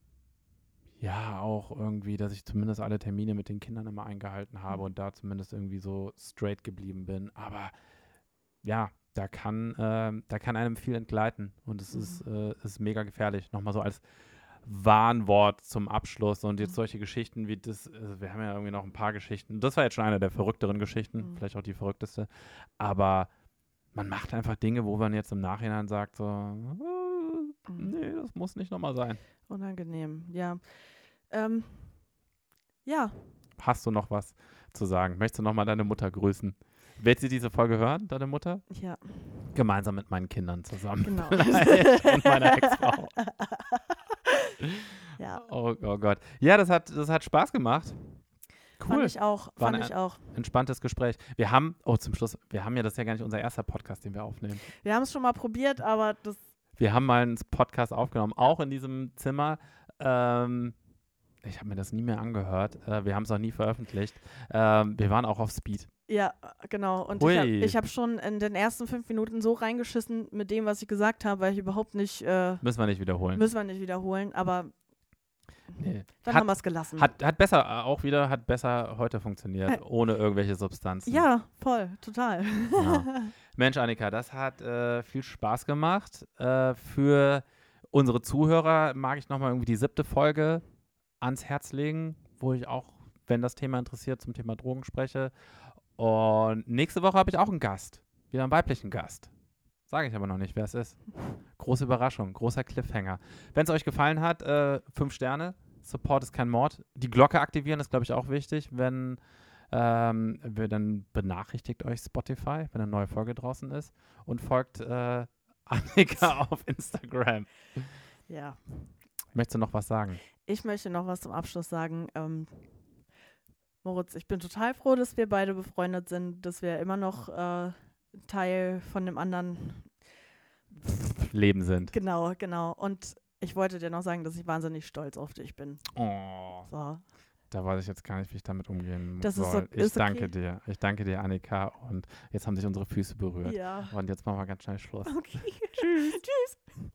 ja, auch irgendwie, dass ich zumindest alle Termine mit den Kindern immer eingehalten habe Mhm. und da zumindest irgendwie so straight geblieben bin. Aber ja, da kann, ähm, da kann einem viel entgleiten und es Mhm. ist, äh, ist mega gefährlich. Nochmal so als Warnwort zum Abschluss und jetzt Mhm. solche Geschichten wie das, also wir haben ja irgendwie noch ein paar Geschichten. Das war jetzt schon eine der verrückteren Geschichten, Mhm. vielleicht auch die verrückteste, aber man macht einfach Dinge, wo man jetzt im Nachhinein sagt so, äh, Mhm. nee, das muss nicht nochmal sein. Unangenehm, ja. Ähm, ja, Hast du noch was zu sagen? Möchtest du nochmal deine Mutter grüßen? Wird sie diese Folge hören, deine Mutter? ja, Gemeinsam mit meinen Kindern zusammen. genau. Vielleicht. Und meiner Ex-Frau. Ja, Oh, oh Gott. Ja, das hat, das hat Spaß gemacht. fand Cool. ich auch, War fand eine- ich auch. Entspanntes Gespräch. Wir haben, oh, zum Schluss, wir haben ja, das ist ja gar nicht unser erster Podcast, den wir aufnehmen. Wir haben es schon mal probiert, aber das, Wir haben mal einen Podcast aufgenommen, auch in diesem Zimmer. Ähm, ich habe mir das nie mehr angehört. Äh, wir haben es auch nie veröffentlicht. Ähm, wir waren auch auf Speed. ja, genau. Und Hui. ich habe ich hab schon in den ersten fünf Minuten so reingeschissen mit dem, was ich gesagt habe, weil ich überhaupt nicht, äh, Müssen wir nicht wiederholen. müssen wir nicht wiederholen, aber Nee. dann Hat- haben wir es gelassen. Hat, hat besser, äh, auch wieder, hat besser heute funktioniert, Äh, ohne irgendwelche Substanzen. ja, voll, total. Ja. Mensch, Annika, das hat äh, viel Spaß gemacht. Äh, für unsere Zuhörer mag ich nochmal irgendwie die siebte Folge ans Herz legen, wo ich auch, wenn das Thema interessiert, zum Thema Drogen spreche. Und nächste Woche habe ich auch einen Gast, wieder einen weiblichen Gast. Sage ich aber noch nicht, wer es ist. Große Überraschung, großer Cliffhanger. Wenn es euch gefallen hat, äh, fünf Sterne. Support ist kein Mord. Die Glocke aktivieren ist, glaube ich, auch wichtig. Wenn ähm, wir dann benachrichtigt euch Spotify, wenn eine neue Folge draußen ist. Und folgt äh, Annika auf Instagram. Ja. Möchtest du noch was sagen? Ich möchte noch was zum Abschluss sagen. Ähm, Moritz, ich bin total froh, dass wir beide befreundet sind, dass wir immer noch äh, Teil von dem anderen Leben sind. Genau, genau. Und ich wollte dir noch sagen, dass ich wahnsinnig stolz auf dich bin. Oh, So. da weiß ich jetzt gar nicht, wie ich damit umgehen Das ist soll. so- ich ist okay. danke dir. Ich danke dir, Annika. Und jetzt haben sich unsere Füße berührt. Ja. Und jetzt machen wir ganz schnell Schluss. Okay. Tschüss. Tschüss.